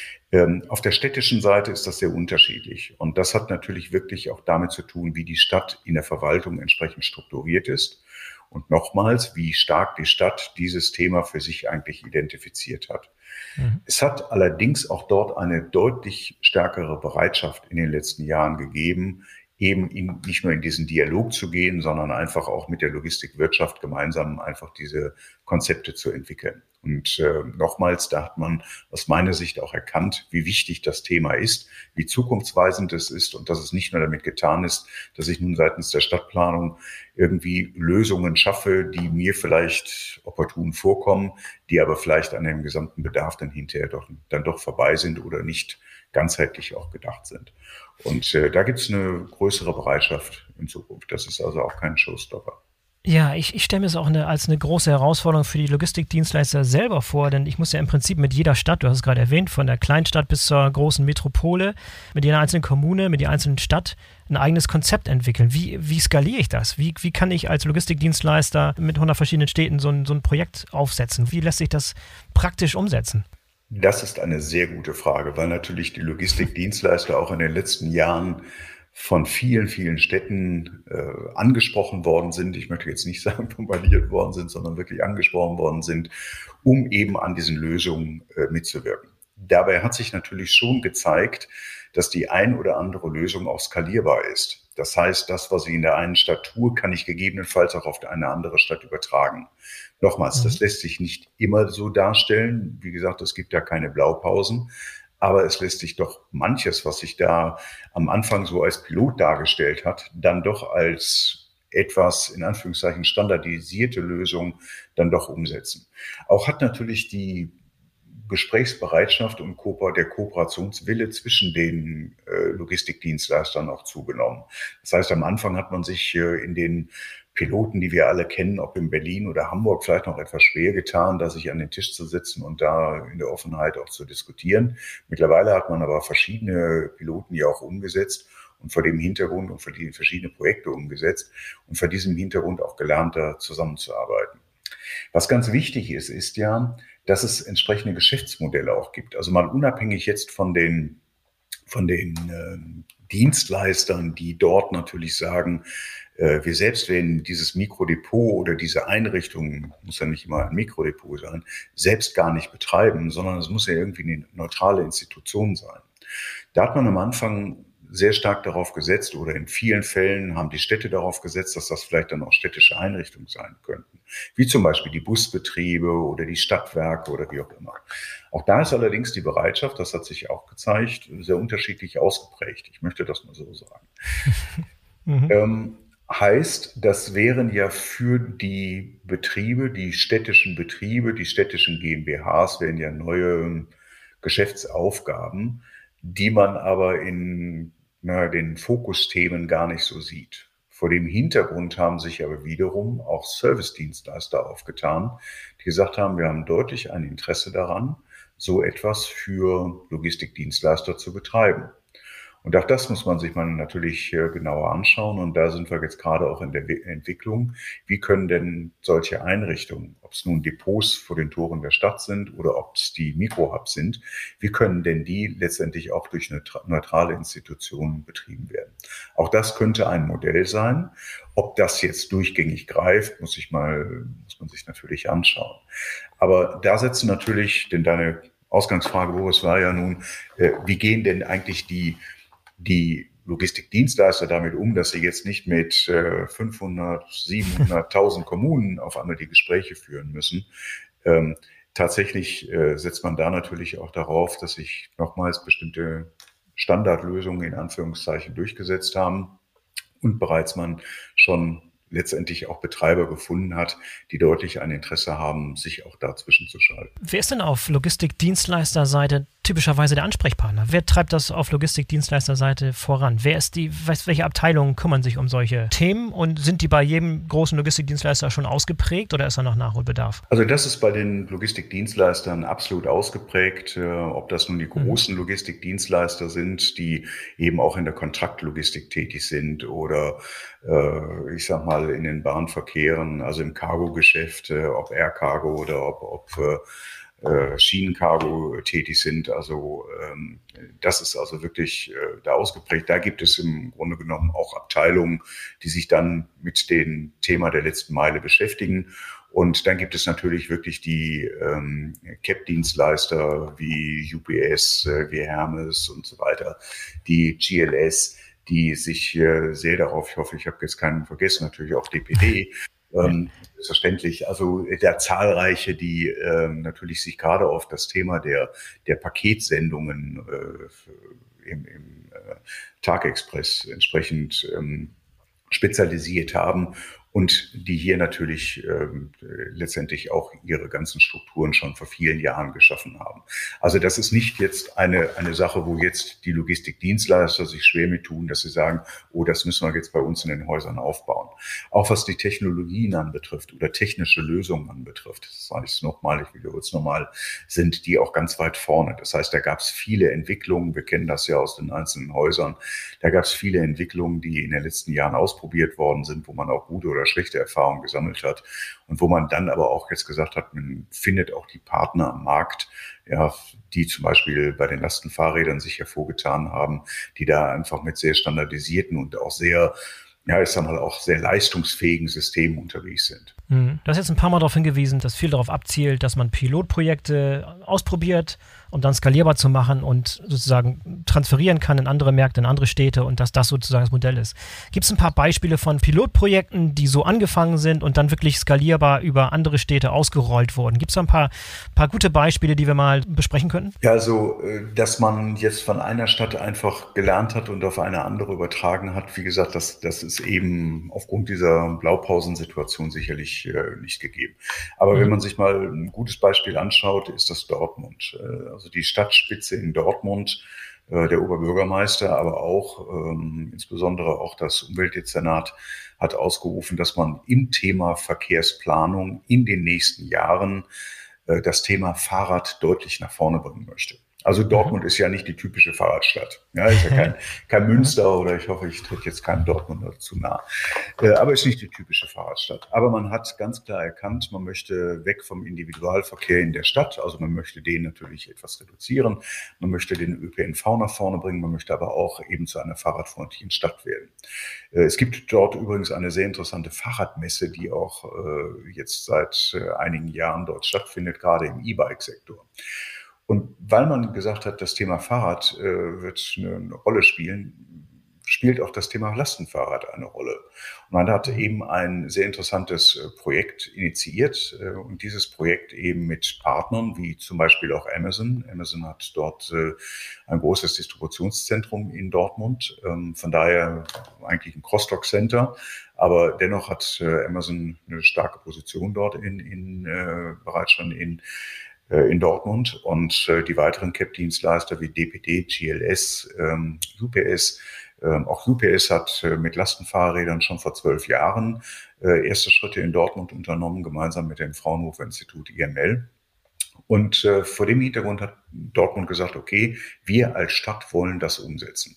Auf der städtischen Seite ist das sehr unterschiedlich. Und das hat natürlich wirklich auch damit zu tun, wie die Stadt in der Verwaltung entsprechend strukturiert ist. Und nochmals, wie stark die Stadt dieses Thema für sich eigentlich identifiziert hat. Es hat allerdings auch dort eine deutlich stärkere Bereitschaft in den letzten Jahren gegeben, eben nicht nur in diesen Dialog zu gehen, sondern einfach auch mit der Logistikwirtschaft gemeinsam einfach diese Konzepte zu entwickeln. Und nochmals, da hat man aus meiner Sicht auch erkannt, wie wichtig das Thema ist, wie zukunftsweisend es ist und dass es nicht nur damit getan ist, dass ich nun seitens der Stadtplanung irgendwie Lösungen schaffe, die mir vielleicht opportun vorkommen, die aber vielleicht an dem gesamten Bedarf dann hinterher dann doch vorbei sind oder nicht ganzheitlich auch gedacht sind. Und da gibt es eine größere Bereitschaft in Zukunft. Das ist also auch kein Showstopper. Ja, ich stelle mir es auch als eine große Herausforderung für die Logistikdienstleister selber vor, denn ich muss ja im Prinzip mit jeder Stadt, du hast es gerade erwähnt, von der Kleinstadt bis zur großen Metropole, mit jeder einzelnen Kommune, mit jeder einzelnen Stadt ein eigenes Konzept entwickeln. Wie skaliere ich das? Wie kann ich als Logistikdienstleister mit 100 verschiedenen Städten so ein Projekt aufsetzen? Wie lässt sich das praktisch umsetzen? Das ist eine sehr gute Frage, weil natürlich die Logistikdienstleister auch in den letzten Jahren von vielen, vielen Städten angesprochen worden sind. Ich möchte jetzt nicht sagen, bombardiert worden sind, sondern wirklich angesprochen worden sind, um eben an diesen Lösungen mitzuwirken. Dabei hat sich natürlich schon gezeigt, dass die ein oder andere Lösung auch skalierbar ist. Das heißt, das, was ich in der einen Stadt tue, kann ich gegebenenfalls auch auf eine andere Stadt übertragen. Nochmals, das lässt sich nicht immer so darstellen. Wie gesagt, es gibt da keine Blaupausen. Aber es lässt sich doch manches, was sich da am Anfang so als Pilot dargestellt hat, dann doch als etwas, in Anführungszeichen, standardisierte Lösung dann doch umsetzen. Auch hat natürlich die Gesprächsbereitschaft und der Kooperationswille zwischen den Logistikdienstleistern auch zugenommen. Das heißt, am Anfang hat man sich in den Piloten, die wir alle kennen, ob in Berlin oder Hamburg, vielleicht noch etwas schwer getan, da sich an den Tisch zu setzen und da in der Offenheit auch zu diskutieren. Mittlerweile hat man aber verschiedene Piloten ja auch umgesetzt und vor dem Hintergrund und für die verschiedene Projekte umgesetzt und vor diesem Hintergrund auch gelernt, da zusammenzuarbeiten. Was ganz wichtig ist, ist ja, dass es entsprechende Geschäftsmodelle auch gibt. Also mal unabhängig jetzt von den Dienstleistern, die dort natürlich sagen, wir selbst werden dieses Mikrodepot oder diese Einrichtung, muss ja nicht immer ein Mikrodepot sein, selbst gar nicht betreiben, sondern es muss ja irgendwie eine neutrale Institution sein. Da hat man am Anfang sehr stark darauf gesetzt oder in vielen Fällen haben die Städte darauf gesetzt, dass das vielleicht dann auch städtische Einrichtungen sein könnten, wie zum Beispiel die Busbetriebe oder die Stadtwerke oder wie auch immer. Auch da ist allerdings die Bereitschaft, das hat sich auch gezeigt, sehr unterschiedlich ausgeprägt. Ich möchte das mal so sagen. Heißt, das wären ja für die Betriebe, die städtischen Betriebe, die städtischen GmbHs, wären ja neue Geschäftsaufgaben, die man aber in den Fokusthemen gar nicht so sieht. Vor dem Hintergrund haben sich aber wiederum auch Servicedienstleister aufgetan, die gesagt haben, wir haben deutlich ein Interesse daran, so etwas für Logistikdienstleister zu betreiben. Und auch das muss man sich mal natürlich genauer anschauen. Und da sind wir jetzt gerade auch in der Entwicklung. Wie können denn solche Einrichtungen, ob es nun Depots vor den Toren der Stadt sind oder ob es die Mikrohubs sind, wie können denn die letztendlich auch durch neutrale Institutionen betrieben werden? Auch das könnte ein Modell sein. Ob das jetzt durchgängig greift, muss man sich natürlich anschauen. Aber da setzen natürlich, denn deine Ausgangsfrage, Boris, war ja nun, wie gehen denn eigentlich die Logistikdienstleister damit um, dass sie jetzt nicht mit 500, 700.000 Kommunen auf einmal die Gespräche führen müssen. Tatsächlich setzt man da natürlich auch darauf, dass sich nochmals bestimmte Standardlösungen in Anführungszeichen durchgesetzt haben und bereits man schon letztendlich auch Betreiber gefunden hat, die deutlich ein Interesse haben, sich auch dazwischen zu schalten. Wer ist denn auf Logistikdienstleisterseite typischerweise der Ansprechpartner? Wer treibt das auf Logistikdienstleisterseite voran? Welche Abteilungen kümmern sich um solche Themen und sind die bei jedem großen Logistikdienstleister schon ausgeprägt oder ist da noch Nachholbedarf? Also das ist bei den Logistikdienstleistern absolut ausgeprägt, ob das nun die großen Logistikdienstleister sind, die eben auch in der Kontraktlogistik tätig sind oder ich sag mal in den Bahnverkehren, also im Cargo-Geschäft, ob Air Cargo oder ob Schienencargo tätig sind. Also das ist also wirklich da ausgeprägt. Da gibt es im Grunde genommen auch Abteilungen, die sich dann mit dem Thema der letzten Meile beschäftigen. Und dann gibt es natürlich wirklich die CAP-Dienstleister wie UPS, wie Hermes und so weiter, die GLS, die sich sehr darauf, ich hoffe, ich habe jetzt keinen vergessen, natürlich auch DPD, selbstverständlich, also der zahlreiche, die natürlich sich gerade auf das Thema der Paketsendungen im Tagexpress entsprechend spezialisiert haben und die hier natürlich letztendlich auch ihre ganzen Strukturen schon vor vielen Jahren geschaffen haben. Also das ist nicht jetzt eine Sache, wo jetzt die Logistikdienstleister sich schwer mit tun, dass sie sagen, oh, das müssen wir jetzt bei uns in den Häusern aufbauen. Auch was die Technologien anbetrifft oder technische Lösungen anbetrifft, das sage ich nochmal, ich wiederhole es nochmal, sind die auch ganz weit vorne. Das heißt, da gab es viele Entwicklungen, wir kennen das ja aus den einzelnen Häusern, da gab es viele Entwicklungen, die in den letzten Jahren ausprobiert worden sind, wo man auch gute oder schlechte Erfahrungen gesammelt hat und wo man dann aber auch jetzt gesagt hat, man findet auch die Partner am Markt, ja, die zum Beispiel bei den Lastenfahrrädern sich hervorgetan haben, die da einfach mit sehr standardisierten und auch sehr, ja, ich sag mal, auch sehr leistungsfähigen Systemen unterwegs sind. Du hast jetzt ein paar Mal darauf hingewiesen, dass viel darauf abzielt, dass man Pilotprojekte ausprobiert, um dann skalierbar zu machen und sozusagen transferieren kann in andere Märkte, in andere Städte und dass das sozusagen das Modell ist. Gibt es ein paar Beispiele von Pilotprojekten, die so angefangen sind und dann wirklich skalierbar über andere Städte ausgerollt wurden? Gibt es da ein paar gute Beispiele, die wir mal besprechen könnten? Ja, also, dass man jetzt von einer Stadt einfach gelernt hat und auf eine andere übertragen hat, wie gesagt, das ist eben aufgrund dieser Blaupausensituation sicherlich nicht gegeben. Aber wenn man sich mal ein gutes Beispiel anschaut, ist das Dortmund. Also die Stadtspitze in Dortmund, der Oberbürgermeister, aber auch insbesondere auch das Umweltdezernat hat ausgerufen, dass man im Thema Verkehrsplanung in den nächsten Jahren das Thema Fahrrad deutlich nach vorne bringen möchte. Also Dortmund ist ja nicht die typische Fahrradstadt. Ja, ist ja kein Münster oder ich hoffe, ich tritt jetzt keinem Dortmunder zu nah. Aber ist nicht die typische Fahrradstadt. Aber man hat ganz klar erkannt, man möchte weg vom Individualverkehr in der Stadt. Also man möchte den natürlich etwas reduzieren. Man möchte den ÖPNV nach vorne bringen. Man möchte aber auch eben zu einer fahrradfreundlichen Stadt werden. Es gibt dort übrigens eine sehr interessante Fahrradmesse, die auch jetzt seit einigen Jahren dort stattfindet, gerade im E-Bike-Sektor. Und weil man gesagt hat, das Thema Fahrrad wird eine Rolle spielen, spielt auch das Thema Lastenfahrrad eine Rolle. Und man hat eben ein sehr interessantes Projekt initiiert und dieses Projekt eben mit Partnern wie zum Beispiel auch Amazon. Amazon hat dort ein großes Distributionszentrum in Dortmund, von daher eigentlich ein Cross-Dock-Center. Aber dennoch hat Amazon eine starke Position dort bereits schon in Dortmund und die weiteren CAP-Dienstleister wie DPD, GLS, UPS. Auch UPS hat mit Lastenfahrrädern schon vor 12 Jahren erste Schritte in Dortmund unternommen, gemeinsam mit dem Fraunhofer Institut IML. Und vor dem Hintergrund hat Dortmund gesagt, okay, wir als Stadt wollen das umsetzen.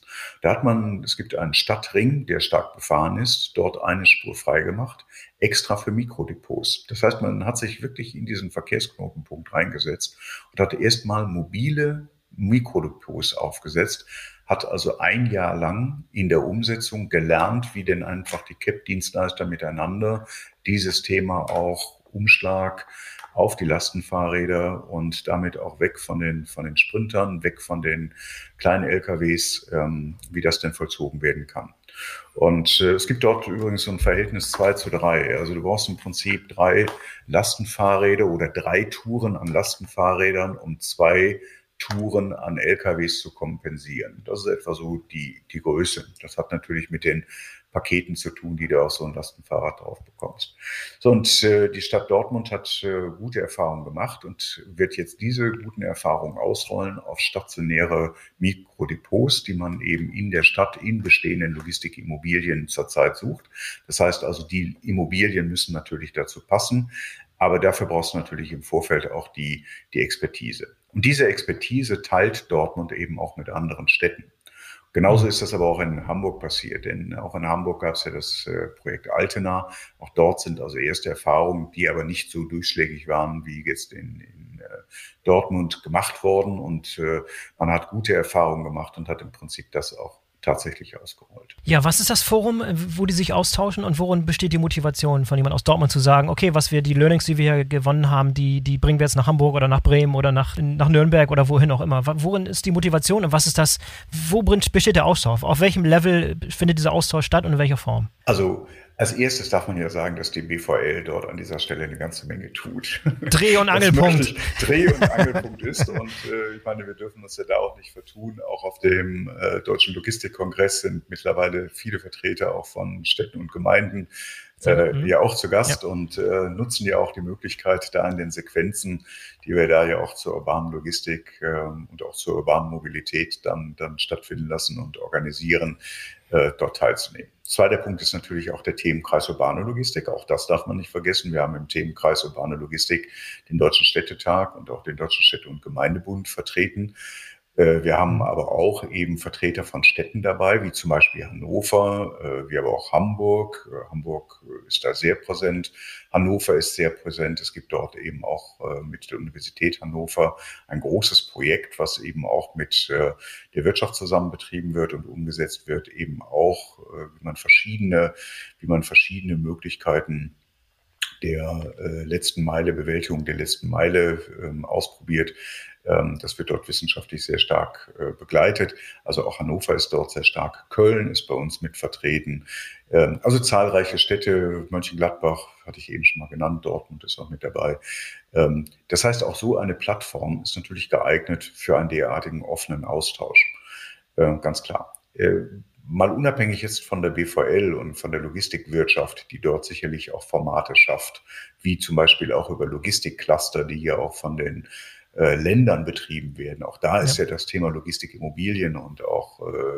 Es gibt einen Stadtring, der stark befahren ist, dort eine Spur freigemacht, extra für Mikrodepots. Das heißt, man hat sich wirklich in diesen Verkehrsknotenpunkt reingesetzt und hat erstmal mobile Mikrodepots aufgesetzt, hat also ein Jahr lang in der Umsetzung gelernt, wie denn einfach die CAP-Dienstleister miteinander dieses Thema auch Umschlag auf die Lastenfahrräder und damit auch weg von den Sprintern, weg von den kleinen LKWs, wie das denn vollzogen werden kann. Und es gibt dort übrigens so ein Verhältnis 2:3. Also du brauchst im Prinzip 3 Lastenfahrräder oder 3 Touren an Lastenfahrrädern, um 2 Touren an LKWs zu kompensieren. Das ist etwa so die Größe. Das hat natürlich mit den Paketen zu tun, die du auf so ein Lastenfahrrad drauf bekommst. So, und die Stadt Dortmund hat gute Erfahrungen gemacht und wird jetzt diese guten Erfahrungen ausrollen auf stationäre Mikrodepots, die man eben in der Stadt in bestehenden Logistikimmobilien zurzeit sucht. Das heißt also, die Immobilien müssen natürlich dazu passen, aber dafür brauchst du natürlich im Vorfeld auch die Expertise. Und diese Expertise teilt Dortmund eben auch mit anderen Städten. Genauso ist das aber auch in Hamburg passiert, denn auch in Hamburg gab es ja das Projekt Altena. Auch dort sind also erste Erfahrungen, die aber nicht so durchschlägig waren wie jetzt in Dortmund gemacht worden. Und man hat gute Erfahrungen gemacht und hat im Prinzip das auch tatsächlich ausgerollt. Ja, was ist das Forum, wo die sich austauschen und worin besteht die Motivation von jemand aus Dortmund zu sagen, okay, die Learnings, die wir hier gewonnen haben, die bringen wir jetzt nach Hamburg oder nach Bremen oder nach Nürnberg oder wohin auch immer. Worin ist die Motivation und was ist das, besteht der Austausch? Auf welchem Level findet dieser Austausch statt und in welcher Form? Also als erstes darf man ja sagen, dass die BVL dort an dieser Stelle eine ganze Menge tut. Dreh- und Angelpunkt. Dreh- und Angelpunkt ist. Und ich meine, wir dürfen uns ja da auch nicht vertun. Auch auf dem Deutschen Logistikkongress sind mittlerweile viele Vertreter auch von Städten und Gemeinden ja auch zu Gast und nutzen ja auch die Möglichkeit, da in den Sequenzen, die wir da ja auch zur urbanen Logistik und auch zur urbanen Mobilität dann stattfinden lassen und organisieren, dort teilzunehmen. Zweiter Punkt ist natürlich auch der Themenkreis urbane Logistik. Auch das darf man nicht vergessen. Wir haben im Themenkreis urbane Logistik den Deutschen Städtetag und auch den Deutschen Städte- und Gemeindebund vertreten. Wir haben aber auch eben Vertreter von Städten dabei, wie zum Beispiel Hannover, wie aber auch Hamburg. Hamburg ist da sehr präsent. Hannover ist sehr präsent. Es gibt dort eben auch mit der Universität Hannover ein großes Projekt, was eben auch mit der Wirtschaft zusammen betrieben wird und umgesetzt wird, eben auch, wie man verschiedene Möglichkeiten der Bewältigung der letzten Meile ausprobiert. Das wird dort wissenschaftlich sehr stark begleitet. Also auch Hannover ist dort sehr stark. Köln ist bei uns mit vertreten. Also zahlreiche Städte, Mönchengladbach hatte ich eben schon mal genannt, Dortmund ist auch mit dabei. Das heißt, auch so eine Plattform ist natürlich geeignet für einen derartigen offenen Austausch. Ganz klar. Mal unabhängig jetzt von der BVL und von der Logistikwirtschaft, die dort sicherlich auch Formate schafft, wie zum Beispiel auch über Logistikcluster, die ja auch von den Ländern betrieben werden. Auch da ist ja das Thema Logistikimmobilien und auch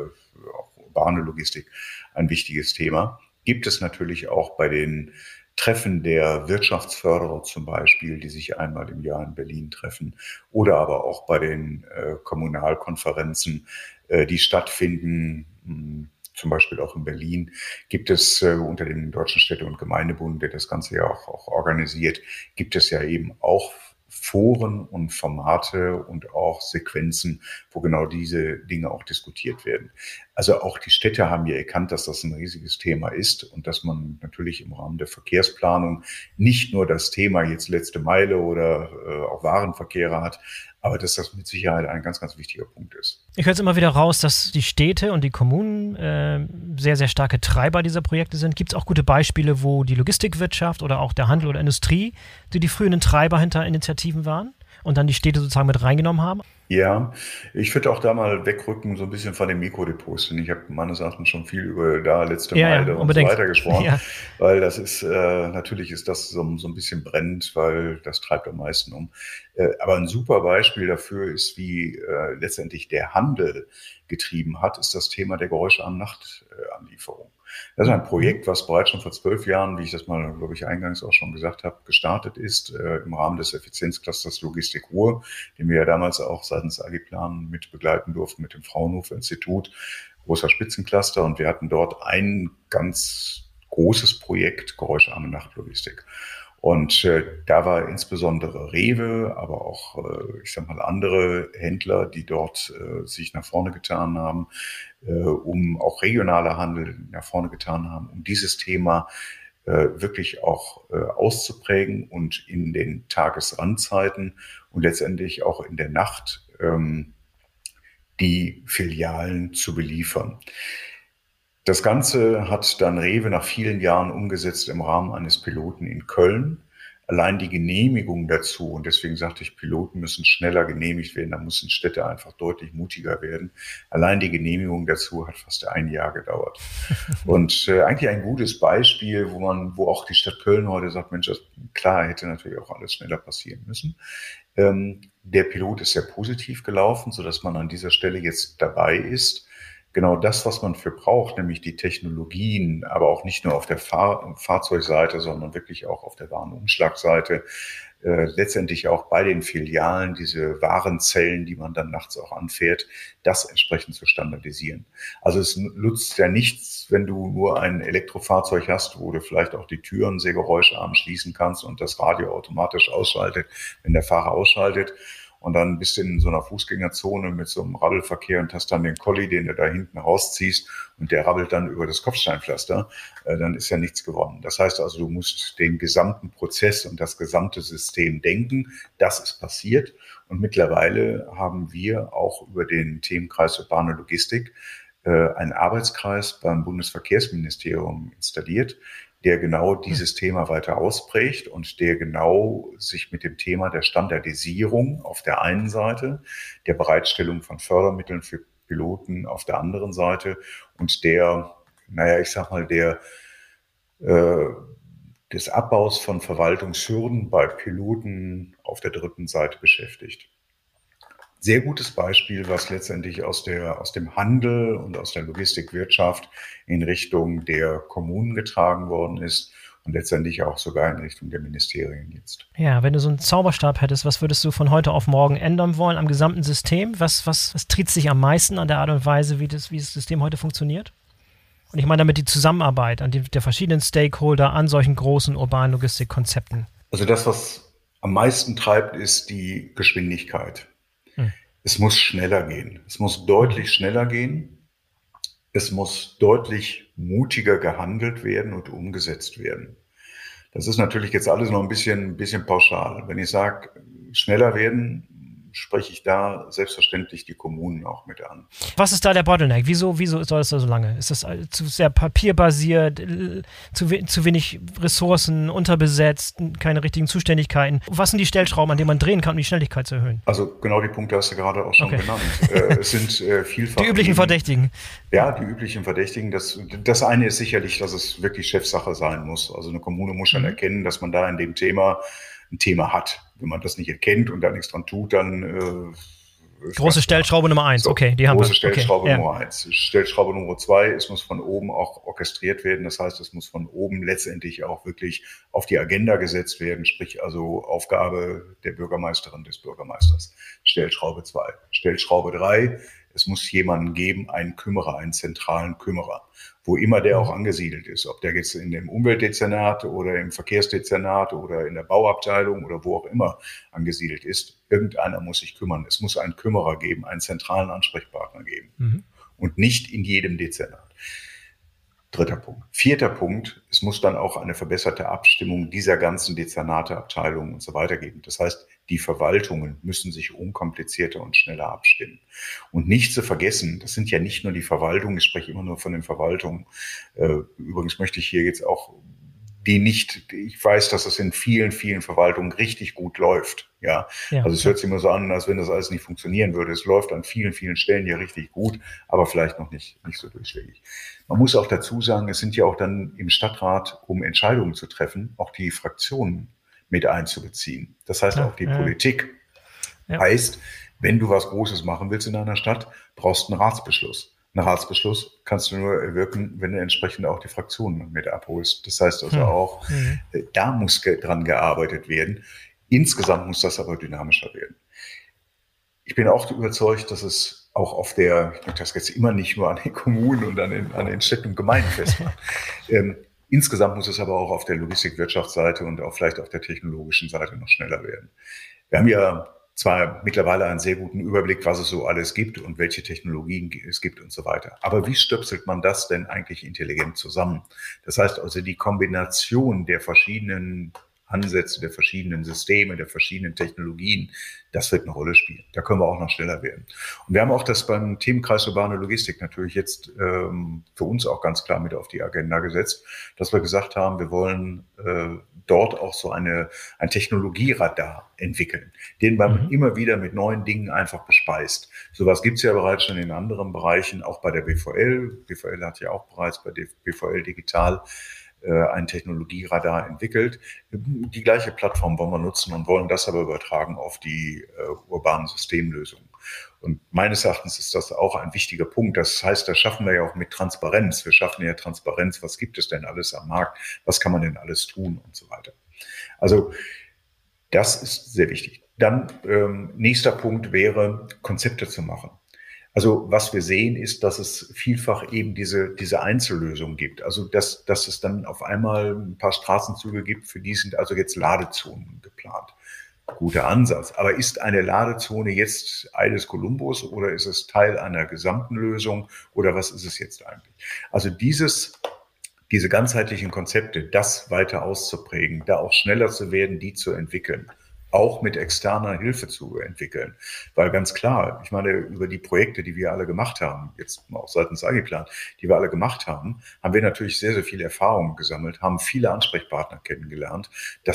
urbane Logistik ein wichtiges Thema. Gibt es natürlich auch bei den Treffen der Wirtschaftsförderer zum Beispiel, die sich einmal im Jahr in Berlin treffen, oder aber auch bei den Kommunalkonferenzen, die stattfinden, zum Beispiel auch in Berlin, gibt es unter dem Deutschen Städte- und Gemeindebund, der das Ganze ja auch organisiert, gibt es ja eben auch Foren und Formate und auch Sequenzen, wo genau diese Dinge auch diskutiert werden. Also auch die Städte haben ja erkannt, dass das ein riesiges Thema ist und dass man natürlich im Rahmen der Verkehrsplanung nicht nur das Thema jetzt letzte Meile oder auch Warenverkehre hat, aber dass das mit Sicherheit ein ganz, ganz wichtiger Punkt ist. Ich höre jetzt immer wieder raus, dass die Städte und die Kommunen sehr, sehr starke Treiber dieser Projekte sind. Gibt es auch gute Beispiele, wo die Logistikwirtschaft oder auch der Handel oder Industrie die frühen Treiber hinter Initiativen waren und dann die Städte sozusagen mit reingenommen haben? Ja, ich würde auch da mal wegrücken, so ein bisschen von den Mikrodepots. Denn ich habe meines Erachtens schon viel über da letzte Ja, ja, Meile und so unbedingt. weiter gesprochen, Ja. weil das ist, natürlich ist das so ein bisschen brennend, weil das treibt am meisten um. Aber ein super Beispiel dafür ist, wie letztendlich der Handel getrieben hat, ist das Thema der geräuscharmen Nachtanlieferung. Das ist ein Mhm. Projekt, was bereits schon vor 12 Jahren, wie ich das mal, glaube ich, eingangs auch schon gesagt habe, gestartet ist, im Rahmen des Effizienzclusters Logistik Ruhr, den wir ja damals auch seitens Agiplan mit begleiten durften mit dem Fraunhofer Institut, großer Spitzencluster. Und wir hatten dort ein ganz großes Projekt, geräuscharme Nachtlogistik. Und da war insbesondere Rewe, aber auch, ich sag mal, andere Händler, die dort sich nach vorne getan haben, um auch regionaler Handel nach vorne getan haben, um dieses Thema wirklich auch auszuprägen und in den Tagesrandzeiten und letztendlich auch in der Nacht die Filialen zu beliefern. Das Ganze hat dann Rewe nach vielen Jahren umgesetzt im Rahmen eines Piloten in Köln. Allein die Genehmigung dazu, und deswegen sagte ich, Piloten müssen schneller genehmigt werden, da müssen Städte einfach deutlich mutiger werden. Allein die Genehmigung dazu hat fast ein Jahr gedauert. Und eigentlich ein gutes Beispiel, wo auch die Stadt Köln heute sagt, Mensch, das, klar, hätte natürlich auch alles schneller passieren müssen. Der Pilot ist sehr positiv gelaufen, sodass man an dieser Stelle jetzt dabei ist, genau das, was man für braucht, nämlich die Technologien, aber auch nicht nur auf der Fahrzeugseite, sondern wirklich auch auf der Warenumschlagseite, letztendlich auch bei den Filialen diese Warenzellen, die man dann nachts auch anfährt, das entsprechend zu standardisieren. Also es nutzt ja nichts, wenn du nur ein Elektrofahrzeug hast, wo du vielleicht auch die Türen sehr geräuscharm schließen kannst und das Radio automatisch ausschaltet, wenn der Fahrer ausschaltet. Und dann bist du in so einer Fußgängerzone mit so einem Rabbelverkehr und hast dann den Colli, den du da hinten rausziehst und der rabbelt dann über das Kopfsteinpflaster, dann ist ja nichts gewonnen. Das heißt also, du musst den gesamten Prozess und das gesamte System denken. Das ist passiert. Und mittlerweile haben wir auch über den Themenkreis Urbane Logistik einen Arbeitskreis beim Bundesverkehrsministerium installiert, der genau dieses Thema weiter ausprägt und der genau sich mit dem Thema der Standardisierung auf der einen Seite, der Bereitstellung von Fördermitteln für Piloten auf der anderen Seite und der, naja, ich sag mal, äh, des Abbaus von Verwaltungshürden bei Piloten auf der dritten Seite beschäftigt. Sehr gutes Beispiel, was letztendlich aus dem Handel und aus der Logistikwirtschaft in Richtung der Kommunen getragen worden ist und letztendlich auch sogar in Richtung der Ministerien jetzt. Ja, wenn du so einen Zauberstab hättest, was würdest du von heute auf morgen ändern wollen am gesamten System? Was tritt sich am meisten an der Art und Weise, wie das System heute funktioniert? Und ich meine damit die Zusammenarbeit der verschiedenen Stakeholder an solchen großen urbanen Logistikkonzepten. Also das, was am meisten treibt, ist die Geschwindigkeit. Es muss schneller gehen. Es muss deutlich schneller gehen. Es muss deutlich mutiger gehandelt werden und umgesetzt werden. Das ist natürlich jetzt alles noch ein bisschen pauschal. Wenn ich sage, schneller werden, spreche ich da selbstverständlich die Kommunen auch mit an. Was ist da der Bottleneck? Wieso soll das da so lange? Ist das zu sehr papierbasiert, zu wenig Ressourcen, unterbesetzt, keine richtigen Zuständigkeiten? Was sind die Stellschrauben, an denen man drehen kann, um die Schnelligkeit zu erhöhen? Also genau die Punkte hast du gerade auch schon genannt. Es sind vielfach die üblichen Verdächtigen. Ja, die üblichen Verdächtigen. Das eine ist sicherlich, dass es wirklich Chefsache sein muss. Also eine Kommune muss schon erkennen, dass man da in dem Thema ein Thema hat. Wenn man das nicht erkennt und da nichts dran tut, dann große Stellschraube Nummer 1, so, okay, die haben wir. Große Stellschraube okay, Nummer 1. Stellschraube Nummer 2, es muss von oben auch orchestriert werden. Das heißt, es muss von oben letztendlich auch wirklich auf die Agenda gesetzt werden, sprich also Aufgabe der Bürgermeisterin, des Bürgermeisters. Stellschraube 2. Stellschraube 3, es muss jemanden geben, einen Kümmerer, einen zentralen Kümmerer, wo immer der auch angesiedelt ist, ob der jetzt in dem Umweltdezernat oder im Verkehrsdezernat oder in der Bauabteilung oder wo auch immer angesiedelt ist. Irgendeiner muss sich kümmern. Es muss einen Kümmerer geben, einen zentralen Ansprechpartner geben und nicht in jedem Dezernat. Dritter Punkt. Vierter Punkt, es muss dann auch eine verbesserte Abstimmung dieser ganzen Dezernate, Abteilungen und so weiter geben. Das heißt, die Verwaltungen müssen sich unkomplizierter und schneller abstimmen. Und nicht zu vergessen, das sind ja nicht nur die Verwaltungen, ich spreche immer nur von den Verwaltungen. Übrigens möchte ich hier jetzt auch die nicht, ich weiß, dass es in vielen, vielen Verwaltungen richtig gut läuft. Ja, also es hört sich immer so an, als wenn das alles nicht funktionieren würde. Es läuft an vielen, vielen Stellen ja richtig gut, aber vielleicht noch nicht so durchschlägig. Man muss auch dazu sagen, es sind ja auch dann im Stadtrat, um Entscheidungen zu treffen, auch die Fraktionen mit einzubeziehen. Das heißt auch die Politik. Heißt, wenn du was Großes machen willst in einer Stadt, brauchst du einen Ratsbeschluss. Einen Ratsbeschluss kannst du nur erwirken, wenn du entsprechend auch die Fraktionen mit abholst. Das heißt also auch, da muss dran gearbeitet werden. Insgesamt muss das aber dynamischer werden. Ich bin auch überzeugt, dass es auch auf der, ich möchte das jetzt immer nicht nur an den Kommunen und an den Städten und Gemeinden festmachen. Insgesamt muss es aber auch auf der Logistik-Wirtschaftsseite und auch vielleicht auf der technologischen Seite noch schneller werden. Wir haben ja zwar mittlerweile einen sehr guten Überblick, was es so alles gibt und welche Technologien es gibt und so weiter. Aber wie stöpselt man das denn eigentlich intelligent zusammen? Das heißt also, die Kombination der verschiedenen Ansätze, der verschiedenen Systeme, der verschiedenen Technologien, das wird eine Rolle spielen. Da können wir auch noch schneller werden. Und wir haben auch das beim Themenkreis urbane Logistik natürlich jetzt für uns auch ganz klar mit auf die Agenda gesetzt, dass wir gesagt haben, wir wollen dort auch so ein Technologieradar entwickeln, den man immer wieder mit neuen Dingen einfach bespeist. Sowas gibt's ja bereits schon in anderen Bereichen, auch bei der BVL. BVL hat ja auch bereits bei der BVL Digital ein Technologieradar entwickelt. Die gleiche Plattform wollen wir nutzen und wollen das aber übertragen auf die urbanen Systemlösungen. Und meines Erachtens ist das auch ein wichtiger Punkt. Das heißt, das schaffen wir ja auch mit Transparenz. Wir schaffen ja Transparenz. Was gibt es denn alles am Markt? Was kann man denn alles tun und so weiter? Also das ist sehr wichtig. Dann nächster Punkt wäre, Konzepte zu machen. Also was wir sehen, ist, dass es vielfach eben diese Einzellösungen gibt. Also dass es dann auf einmal ein paar Straßenzüge gibt, für die sind also jetzt Ladezonen geplant. Guter Ansatz. Aber ist eine Ladezone jetzt Eides Columbus oder ist es Teil einer gesamten Lösung oder was ist es jetzt eigentlich? Also diese ganzheitlichen Konzepte, das weiter auszuprägen, da auch schneller zu werden, die zu entwickeln, auch mit externer Hilfe zu entwickeln. Weil ganz klar, ich meine, über die Projekte, die wir alle gemacht haben, jetzt auch seitens Agiplan, die wir alle gemacht haben, haben wir natürlich sehr, sehr viel Erfahrung gesammelt, haben viele Ansprechpartner kennengelernt.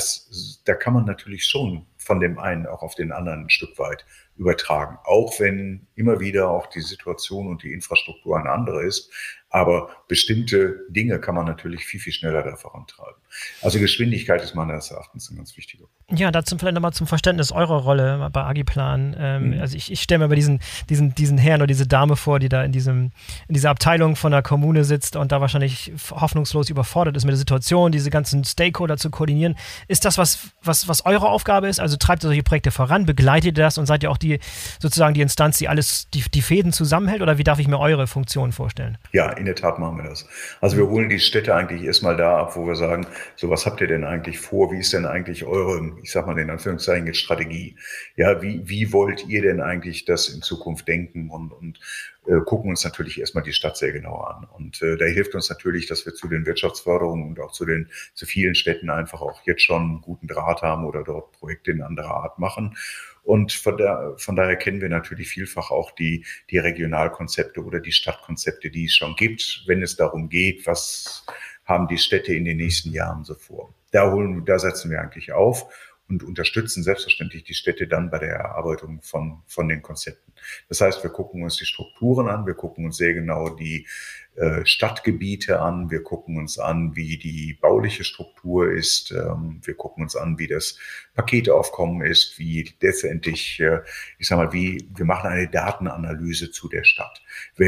Da kann man natürlich schon von dem einen auch auf den anderen ein Stück weit übertragen. Auch wenn immer wieder auch die Situation und die Infrastruktur eine andere ist. Aber bestimmte Dinge kann man natürlich viel, viel schneller da vorantreiben. Also Geschwindigkeit ist meines Erachtens ein ganz wichtiger Punkt. Ja, dazu vielleicht nochmal zum Verständnis eurer Rolle bei Agiplan. Also ich stelle mir mal diesen Herrn oder diese Dame vor, die da in dieser Abteilung von der Kommune sitzt und da wahrscheinlich hoffnungslos überfordert ist mit der Situation, diese ganzen Stakeholder zu koordinieren. Ist das, was eure Aufgabe ist? Also treibt ihr solche Projekte voran, begleitet ihr das und seid ihr auch sozusagen die Instanz, die die Fäden zusammenhält, oder wie darf ich mir eure Funktion vorstellen? Ja, in der Tat machen wir das. Also wir holen die Städte eigentlich erstmal da ab, wo wir sagen, so was habt ihr denn eigentlich vor? Wie ist denn eigentlich eure, ich sag mal in Anführungszeichen jetzt Strategie? Ja, wie wollt ihr denn eigentlich das in Zukunft denken und gucken uns natürlich erstmal die Stadt sehr genau an. Und da hilft uns natürlich, dass wir zu den Wirtschaftsförderungen und auch zu vielen Städten einfach auch jetzt schon einen guten Draht haben oder dort Projekte in anderer Art machen. Und von daher kennen wir natürlich vielfach auch die Regionalkonzepte oder die Stadtkonzepte, die es schon gibt, wenn es darum geht, was haben die Städte in den nächsten Jahren so vor. Da setzen wir eigentlich auf und unterstützen selbstverständlich die Städte dann bei der Erarbeitung von den Konzepten. Das heißt, wir gucken uns die Strukturen an, wir gucken uns sehr genau die Stadtgebiete an, wir gucken uns an, wie die bauliche Struktur ist, wir gucken uns an, wie das Paketaufkommen ist, wie letztendlich, wir machen eine Datenanalyse zu der Stadt.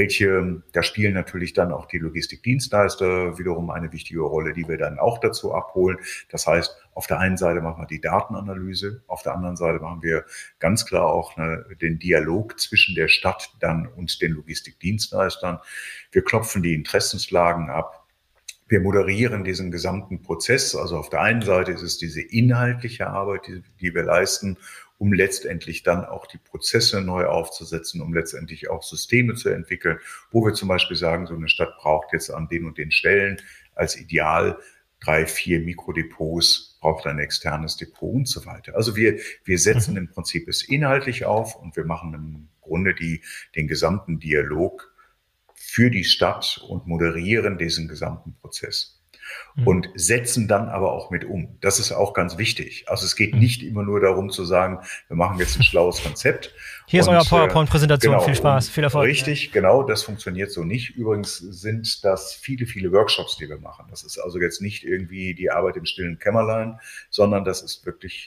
Da spielen natürlich dann auch die Logistikdienstleister wiederum eine wichtige Rolle, die wir dann auch dazu abholen. Das heißt, auf der einen Seite machen wir die Datenanalyse, auf der anderen Seite machen wir ganz klar auch den Dialog zwischen der Stadt dann und den Logistikdienstleistern. Wir klopfen die Interessenslagen ab. Wir moderieren diesen gesamten Prozess. Also auf der einen Seite ist es diese inhaltliche Arbeit, die wir leisten, um letztendlich dann auch die Prozesse neu aufzusetzen, um letztendlich auch Systeme zu entwickeln, wo wir zum Beispiel sagen, so eine Stadt braucht jetzt an den und den Stellen als Ideal 3, 4 Mikrodepots, braucht ein externes Depot und so weiter. Also wir setzen im Prinzip es inhaltlich auf und wir machen im Grunde den gesamten Dialog für die Stadt und moderieren diesen gesamten Prozess. und setzen dann aber auch mit um. Das ist auch ganz wichtig. Also es geht nicht immer nur darum zu sagen, wir machen jetzt ein schlaues Konzept. Hier ist euer PowerPoint-Präsentation, genau, viel Spaß, viel Erfolg. Richtig, genau, das funktioniert so nicht. Übrigens sind das viele, viele Workshops, die wir machen. Das ist also jetzt nicht irgendwie die Arbeit im stillen Kämmerlein, sondern das ist wirklich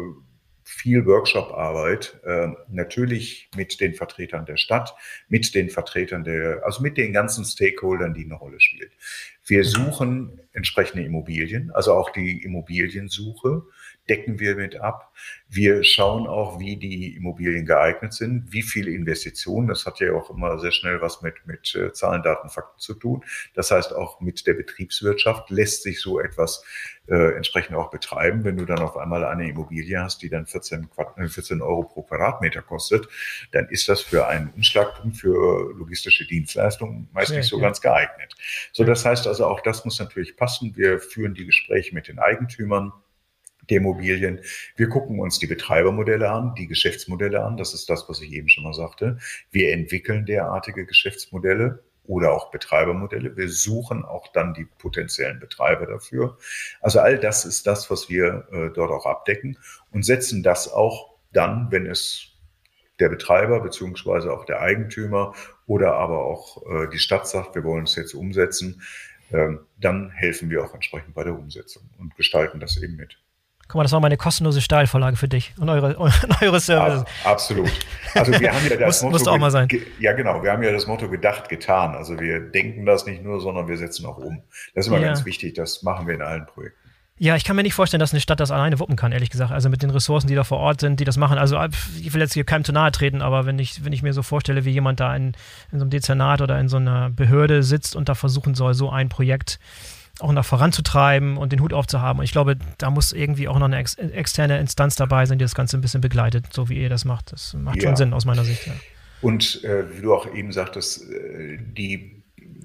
viel Workshop-Arbeit, natürlich mit den Vertretern der Stadt, mit den Vertretern also mit den ganzen Stakeholdern, die eine Rolle spielen. Wir suchen entsprechende Immobilien, also auch die Immobiliensuche decken wir mit ab. Wir schauen auch, wie die Immobilien geeignet sind, wie viele Investitionen. Das hat ja auch immer sehr schnell was mit Zahlen, Daten, Fakten zu tun. Das heißt, auch mit der Betriebswirtschaft lässt sich so etwas entsprechend auch betreiben. Wenn du dann auf einmal eine Immobilie hast, die dann 14 Euro pro Quadratmeter kostet, dann ist das für einen Umschlagpunkt für logistische Dienstleistungen meist nicht so ganz geeignet. So, das heißt also, auch das muss natürlich passen. Wir führen die Gespräche mit den Eigentümern der Immobilien. Wir gucken uns die Betreibermodelle an, die Geschäftsmodelle an. Das ist das, was ich eben schon mal sagte. Wir entwickeln derartige Geschäftsmodelle oder auch Betreibermodelle. Wir suchen auch dann die potenziellen Betreiber dafür. Also all das ist das, was wir dort auch abdecken und setzen das auch dann, wenn es der Betreiber beziehungsweise auch der Eigentümer oder aber auch die Stadt sagt, wir wollen es jetzt umsetzen, dann helfen wir auch entsprechend bei der Umsetzung und gestalten das eben mit. Guck mal, das war meine kostenlose Steilvorlage für dich und eure Services. Absolut. Also wir haben ja das Motto. Muss auch mal sein. Ja, genau. Wir haben ja das Motto gedacht, getan. Also wir denken das nicht nur, sondern wir setzen auch um. Das ist immer ganz wichtig. Das machen wir in allen Projekten. Ja, ich kann mir nicht vorstellen, dass eine Stadt das alleine wuppen kann, ehrlich gesagt. Also mit den Ressourcen, die da vor Ort sind, die das machen. Also ich will jetzt hier keinem zu nahe treten, aber wenn ich mir so vorstelle, wie jemand da in so einem Dezernat oder in so einer Behörde sitzt und da versuchen soll, so ein Projekt auch noch voranzutreiben und den Hut aufzuhaben. Und ich glaube, da muss irgendwie auch noch eine externe Instanz dabei sein, die das Ganze ein bisschen begleitet, so wie ihr das macht. Das macht schon Sinn aus meiner Sicht. Ja. Und wie du auch eben sagtest, die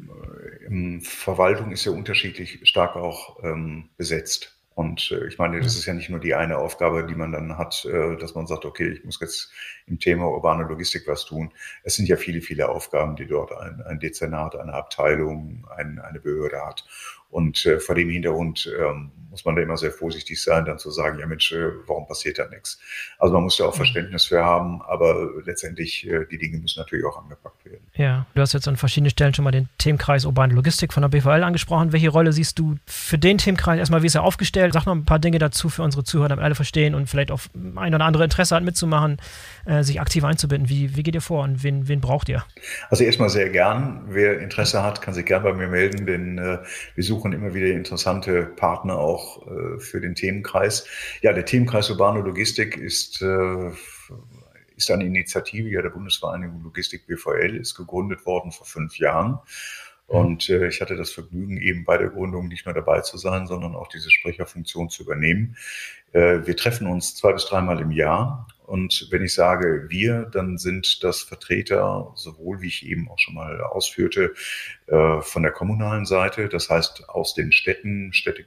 Verwaltung ist ja unterschiedlich stark auch besetzt. Und ich meine, das ist ja nicht nur die eine Aufgabe, die man dann hat, dass man sagt, okay, ich muss jetzt im Thema urbane Logistik was tun. Es sind ja viele, viele Aufgaben, die dort ein Dezernat, eine Abteilung, eine Behörde hat. Und vor dem Hintergrund muss man da immer sehr vorsichtig sein, dann zu sagen, ja Mensch, warum passiert da nichts? Also man muss da auch Verständnis für haben, aber letztendlich die Dinge müssen natürlich auch angepackt werden. Ja, du hast jetzt an verschiedenen Stellen schon mal den Themenkreis urbane Logistik von der BVL angesprochen. Welche Rolle siehst du für den Themenkreis? Erstmal, wie ist er aufgestellt? Sag noch ein paar Dinge dazu für unsere Zuhörer, damit alle verstehen und vielleicht auch ein oder andere Interesse hat mitzumachen, sich aktiv einzubinden. Wie geht ihr vor und wen braucht ihr? Also erstmal sehr gern. Wer Interesse hat, kann sich gern bei mir melden, denn wir suchen immer wieder interessante Partner auch für den Themenkreis. Ja, der Themenkreis Urbane Logistik ist eine Initiative der Bundesvereinigung Logistik BVL, ist gegründet worden vor 5 Jahren. Und ich hatte das Vergnügen, eben bei der Gründung nicht nur dabei zu sein, sondern auch diese Sprecherfunktion zu übernehmen. Wir treffen uns 2 bis 3 Mal im Jahr. Und wenn ich sage wir, dann sind das Vertreter, sowohl wie ich eben auch schon mal ausführte, von der kommunalen Seite, das heißt aus den Städten,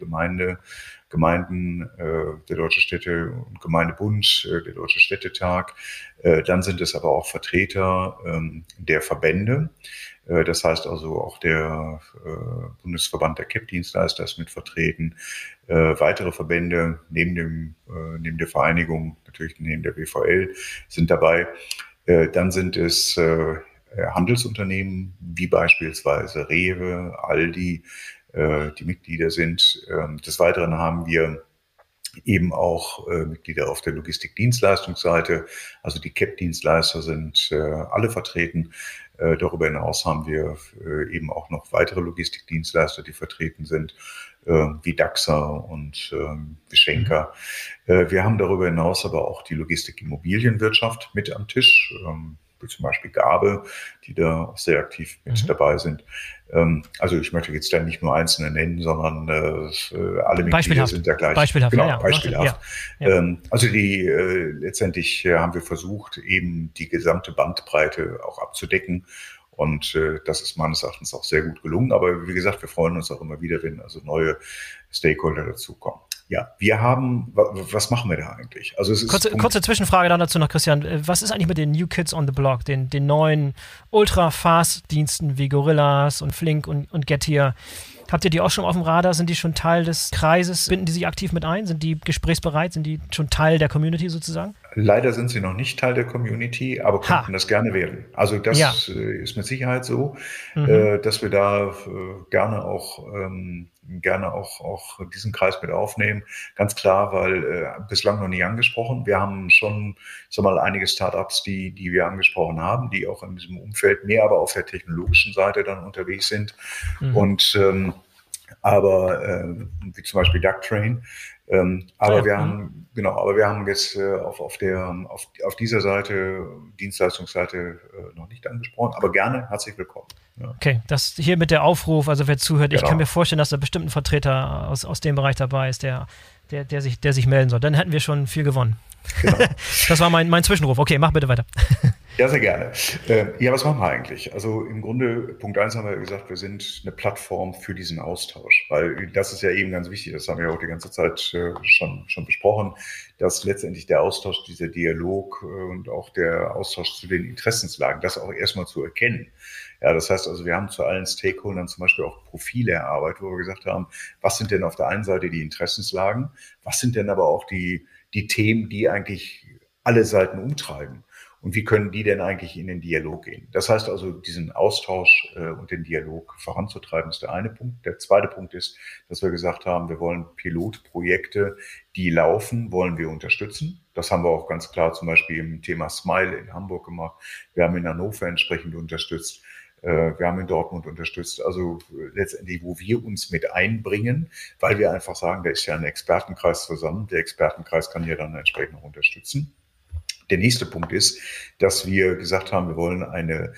Gemeinden, der Deutsche Städte- und Gemeindebund, der Deutsche Städtetag. Dann sind es aber auch Vertreter der Verbände. Das heißt also auch der Bundesverband der CAP-Dienstleister ist mit vertreten. Weitere Verbände neben der Vereinigung, natürlich neben der BVL, sind dabei. Dann sind es Handelsunternehmen wie beispielsweise Rewe, Aldi, die Mitglieder sind. Des Weiteren haben wir eben auch Mitglieder auf der Logistikdienstleistungsseite. Also die CAP-Dienstleister sind alle vertreten. Darüber hinaus haben wir eben auch noch weitere Logistikdienstleister, die vertreten sind, wie Daxa und wie Schenker. Wir haben darüber hinaus aber auch die Logistik-Immobilienwirtschaft mit am Tisch, wie zum Beispiel Gabe, die da auch sehr aktiv mit dabei sind. Also ich möchte jetzt dann nicht nur Einzelne nennen, sondern alle Mitglieder sind da gleich. Beispielhaft, genau, ja. Beispielhaft. Ja. Also letztendlich haben wir versucht, eben die gesamte Bandbreite auch abzudecken. Und das ist meines Erachtens auch sehr gut gelungen. Aber wie gesagt, wir freuen uns auch immer wieder, wenn also neue Stakeholder dazukommen. Ja, was machen wir da eigentlich? Also es ist kurze Zwischenfrage dann dazu noch, Christian. Was ist eigentlich mit den New Kids on the Block, den neuen Ultra-Fast-Diensten wie Gorillas und Flink und Getir? Habt ihr die auch schon auf dem Radar? Sind die schon Teil des Kreises? Binden die sich aktiv mit ein? Sind die gesprächsbereit? Sind die schon Teil der Community sozusagen? Leider sind sie noch nicht Teil der Community, aber könnten das gerne werden. Also das ist mit Sicherheit so, dass wir da gerne auch diesen Kreis mit aufnehmen. Ganz klar, weil bislang noch nie angesprochen. Wir haben schon, einige Startups, die wir angesprochen haben, die auch in diesem Umfeld mehr aber auf der technologischen Seite dann unterwegs sind. Und wie zum Beispiel DuckTrain. Aber wir haben jetzt auf dieser Seite, Dienstleistungsseite, noch nicht angesprochen, aber gerne, herzlich willkommen. Ja. Okay, das hier mit der Aufruf, also wer zuhört, ich kann mir vorstellen, dass da bestimmt ein Vertreter aus dem Bereich dabei ist, der sich melden soll. Dann hätten wir schon viel gewonnen. Genau. Das war mein Zwischenruf. Okay, mach bitte weiter. Ja, sehr gerne. Was machen wir eigentlich? Also im Grunde, Punkt 1 haben wir gesagt, wir sind eine Plattform für diesen Austausch, weil das ist ja eben ganz wichtig, das haben wir auch die ganze Zeit schon besprochen, dass letztendlich der Austausch, dieser Dialog und auch der Austausch zu den Interessenslagen, das auch erstmal zu erkennen. Ja, das heißt also, wir haben zu allen Stakeholdern zum Beispiel auch Profile erarbeitet, wo wir gesagt haben, was sind denn auf der einen Seite die Interessenslagen, was sind denn aber auch die Themen, die eigentlich alle Seiten umtreiben. Und wie können die denn eigentlich in den Dialog gehen? Das heißt also, diesen Austausch und den Dialog voranzutreiben, ist der eine Punkt. Der zweite Punkt ist, dass wir gesagt haben, wir wollen Pilotprojekte, die laufen, wollen wir unterstützen. Das haben wir auch ganz klar zum Beispiel im Thema Smile in Hamburg gemacht. Wir haben in Hannover entsprechend unterstützt. Wir haben in Dortmund unterstützt, also letztendlich, wo wir uns mit einbringen, weil wir einfach sagen, da ist ja ein Expertenkreis zusammen. Der Expertenkreis kann ja dann entsprechend auch unterstützen. Der nächste Punkt ist, dass wir gesagt haben, wir wollen eine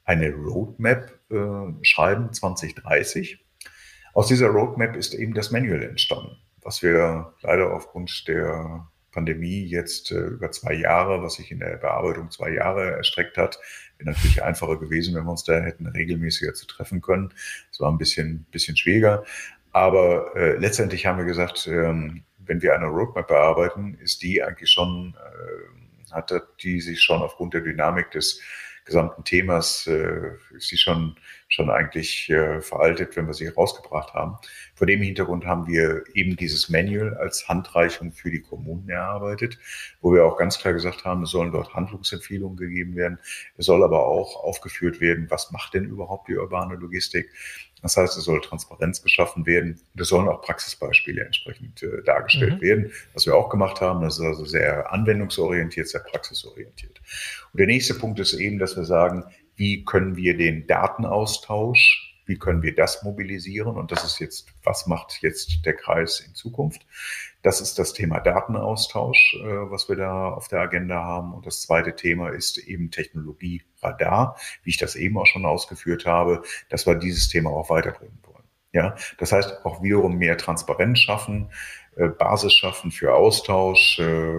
Roadmap schreiben, 2030. Aus dieser Roadmap ist eben das Manual entstanden, was wir leider aufgrund der Pandemie jetzt über 2 Jahre, was sich in der Bearbeitung 2 Jahre erstreckt hat, wäre natürlich einfacher gewesen, wenn wir uns da hätten regelmäßiger zu treffen können. Es war ein bisschen schwieriger. Aber letztendlich haben wir gesagt, wenn wir eine Roadmap bearbeiten, ist die eigentlich schon, hat die sich schon aufgrund der Dynamik des gesamten Themas, ist sie schon eigentlich veraltet, wenn wir sie rausgebracht haben. Vor dem Hintergrund haben wir eben dieses Manual als Handreichung für die Kommunen erarbeitet, wo wir auch ganz klar gesagt haben, es sollen dort Handlungsempfehlungen gegeben werden. Es soll aber auch aufgeführt werden, was macht denn überhaupt die urbane Logistik? Das heißt, es soll Transparenz geschaffen werden. Und es sollen auch Praxisbeispiele entsprechend dargestellt werden, was wir auch gemacht haben. Das ist also sehr anwendungsorientiert, sehr praxisorientiert. Und der nächste Punkt ist eben, dass wir sagen, wie können wir den Datenaustausch, wie können wir das mobilisieren? Und das ist jetzt, was macht jetzt der Kreis in Zukunft? Das ist das Thema Datenaustausch, was wir da auf der Agenda haben. Und das zweite Thema ist eben Technologie-Radar, wie ich das eben auch schon ausgeführt habe, dass wir dieses Thema auch weiterbringen wollen. Ja, das heißt auch wiederum mehr Transparenz schaffen, Basis schaffen für Austausch,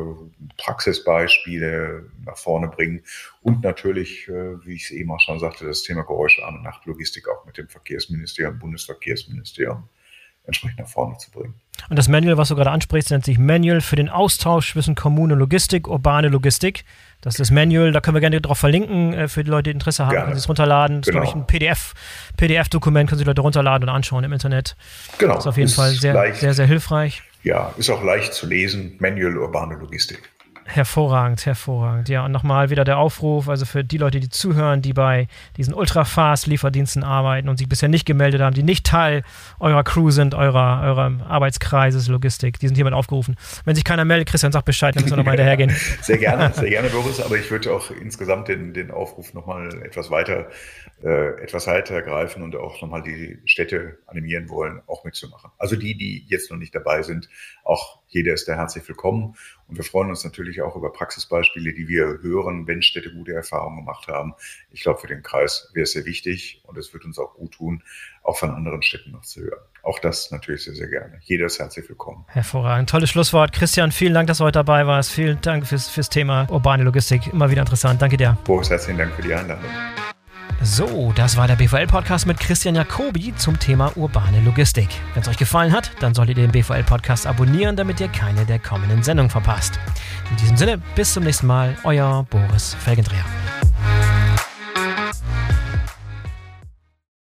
Praxisbeispiele nach vorne bringen und natürlich, wie ich es eben auch schon sagte, das Thema geräuscharme Nachtlogistik auch mit dem Verkehrsministerium, Bundesverkehrsministerium entsprechend nach vorne zu bringen. Und das Manual, was du gerade ansprichst, nennt sich Manual für den Austausch zwischen Kommune Logistik, urbane Logistik. Das ist das Manual, da können wir gerne drauf verlinken, für die Leute, die Interesse haben, können Sie es runterladen. Das ist, glaube ich, ein PDF-Dokument, können Sie Leute runterladen und anschauen im Internet. Genau. Das ist auf jeden Fall sehr, sehr, sehr hilfreich. Ja, ist auch leicht zu lesen, Manual urbane Logistik. Hervorragend, hervorragend. Ja, und nochmal wieder der Aufruf, also für die Leute, die zuhören, die bei diesen Ultra-Fast-Lieferdiensten arbeiten und sich bisher nicht gemeldet haben, die nicht Teil eurer Crew sind, eurer Arbeitskreises, Logistik, die sind hiermit aufgerufen. Wenn sich keiner meldet, Christian, sag Bescheid, dann müssen wir nochmal hinterhergehen. Sehr gerne, Boris, aber ich würde auch insgesamt den Aufruf nochmal etwas weiter ergreifen und auch nochmal die Städte animieren wollen, auch mitzumachen. Also die jetzt noch nicht dabei sind, auch jeder ist da herzlich willkommen. Und wir freuen uns natürlich auch über Praxisbeispiele, die wir hören, wenn Städte gute Erfahrungen gemacht haben. Ich glaube, für den Kreis wäre es sehr wichtig und es wird uns auch gut tun, auch von anderen Städten noch zu hören. Auch das natürlich sehr, sehr gerne. Jeder ist herzlich willkommen. Hervorragend. Tolles Schlusswort. Christian, vielen Dank, dass du heute dabei warst. Vielen Dank fürs Thema urbane Logistik. Immer wieder interessant. Danke dir. Boris, herzlichen Dank für die Einladung. So, das war der BVL-Podcast mit Christian Jacobi zum Thema urbane Logistik. Wenn es euch gefallen hat, dann solltet ihr den BVL-Podcast abonnieren, damit ihr keine der kommenden Sendungen verpasst. In diesem Sinne, bis zum nächsten Mal, euer Boris Felgendreher.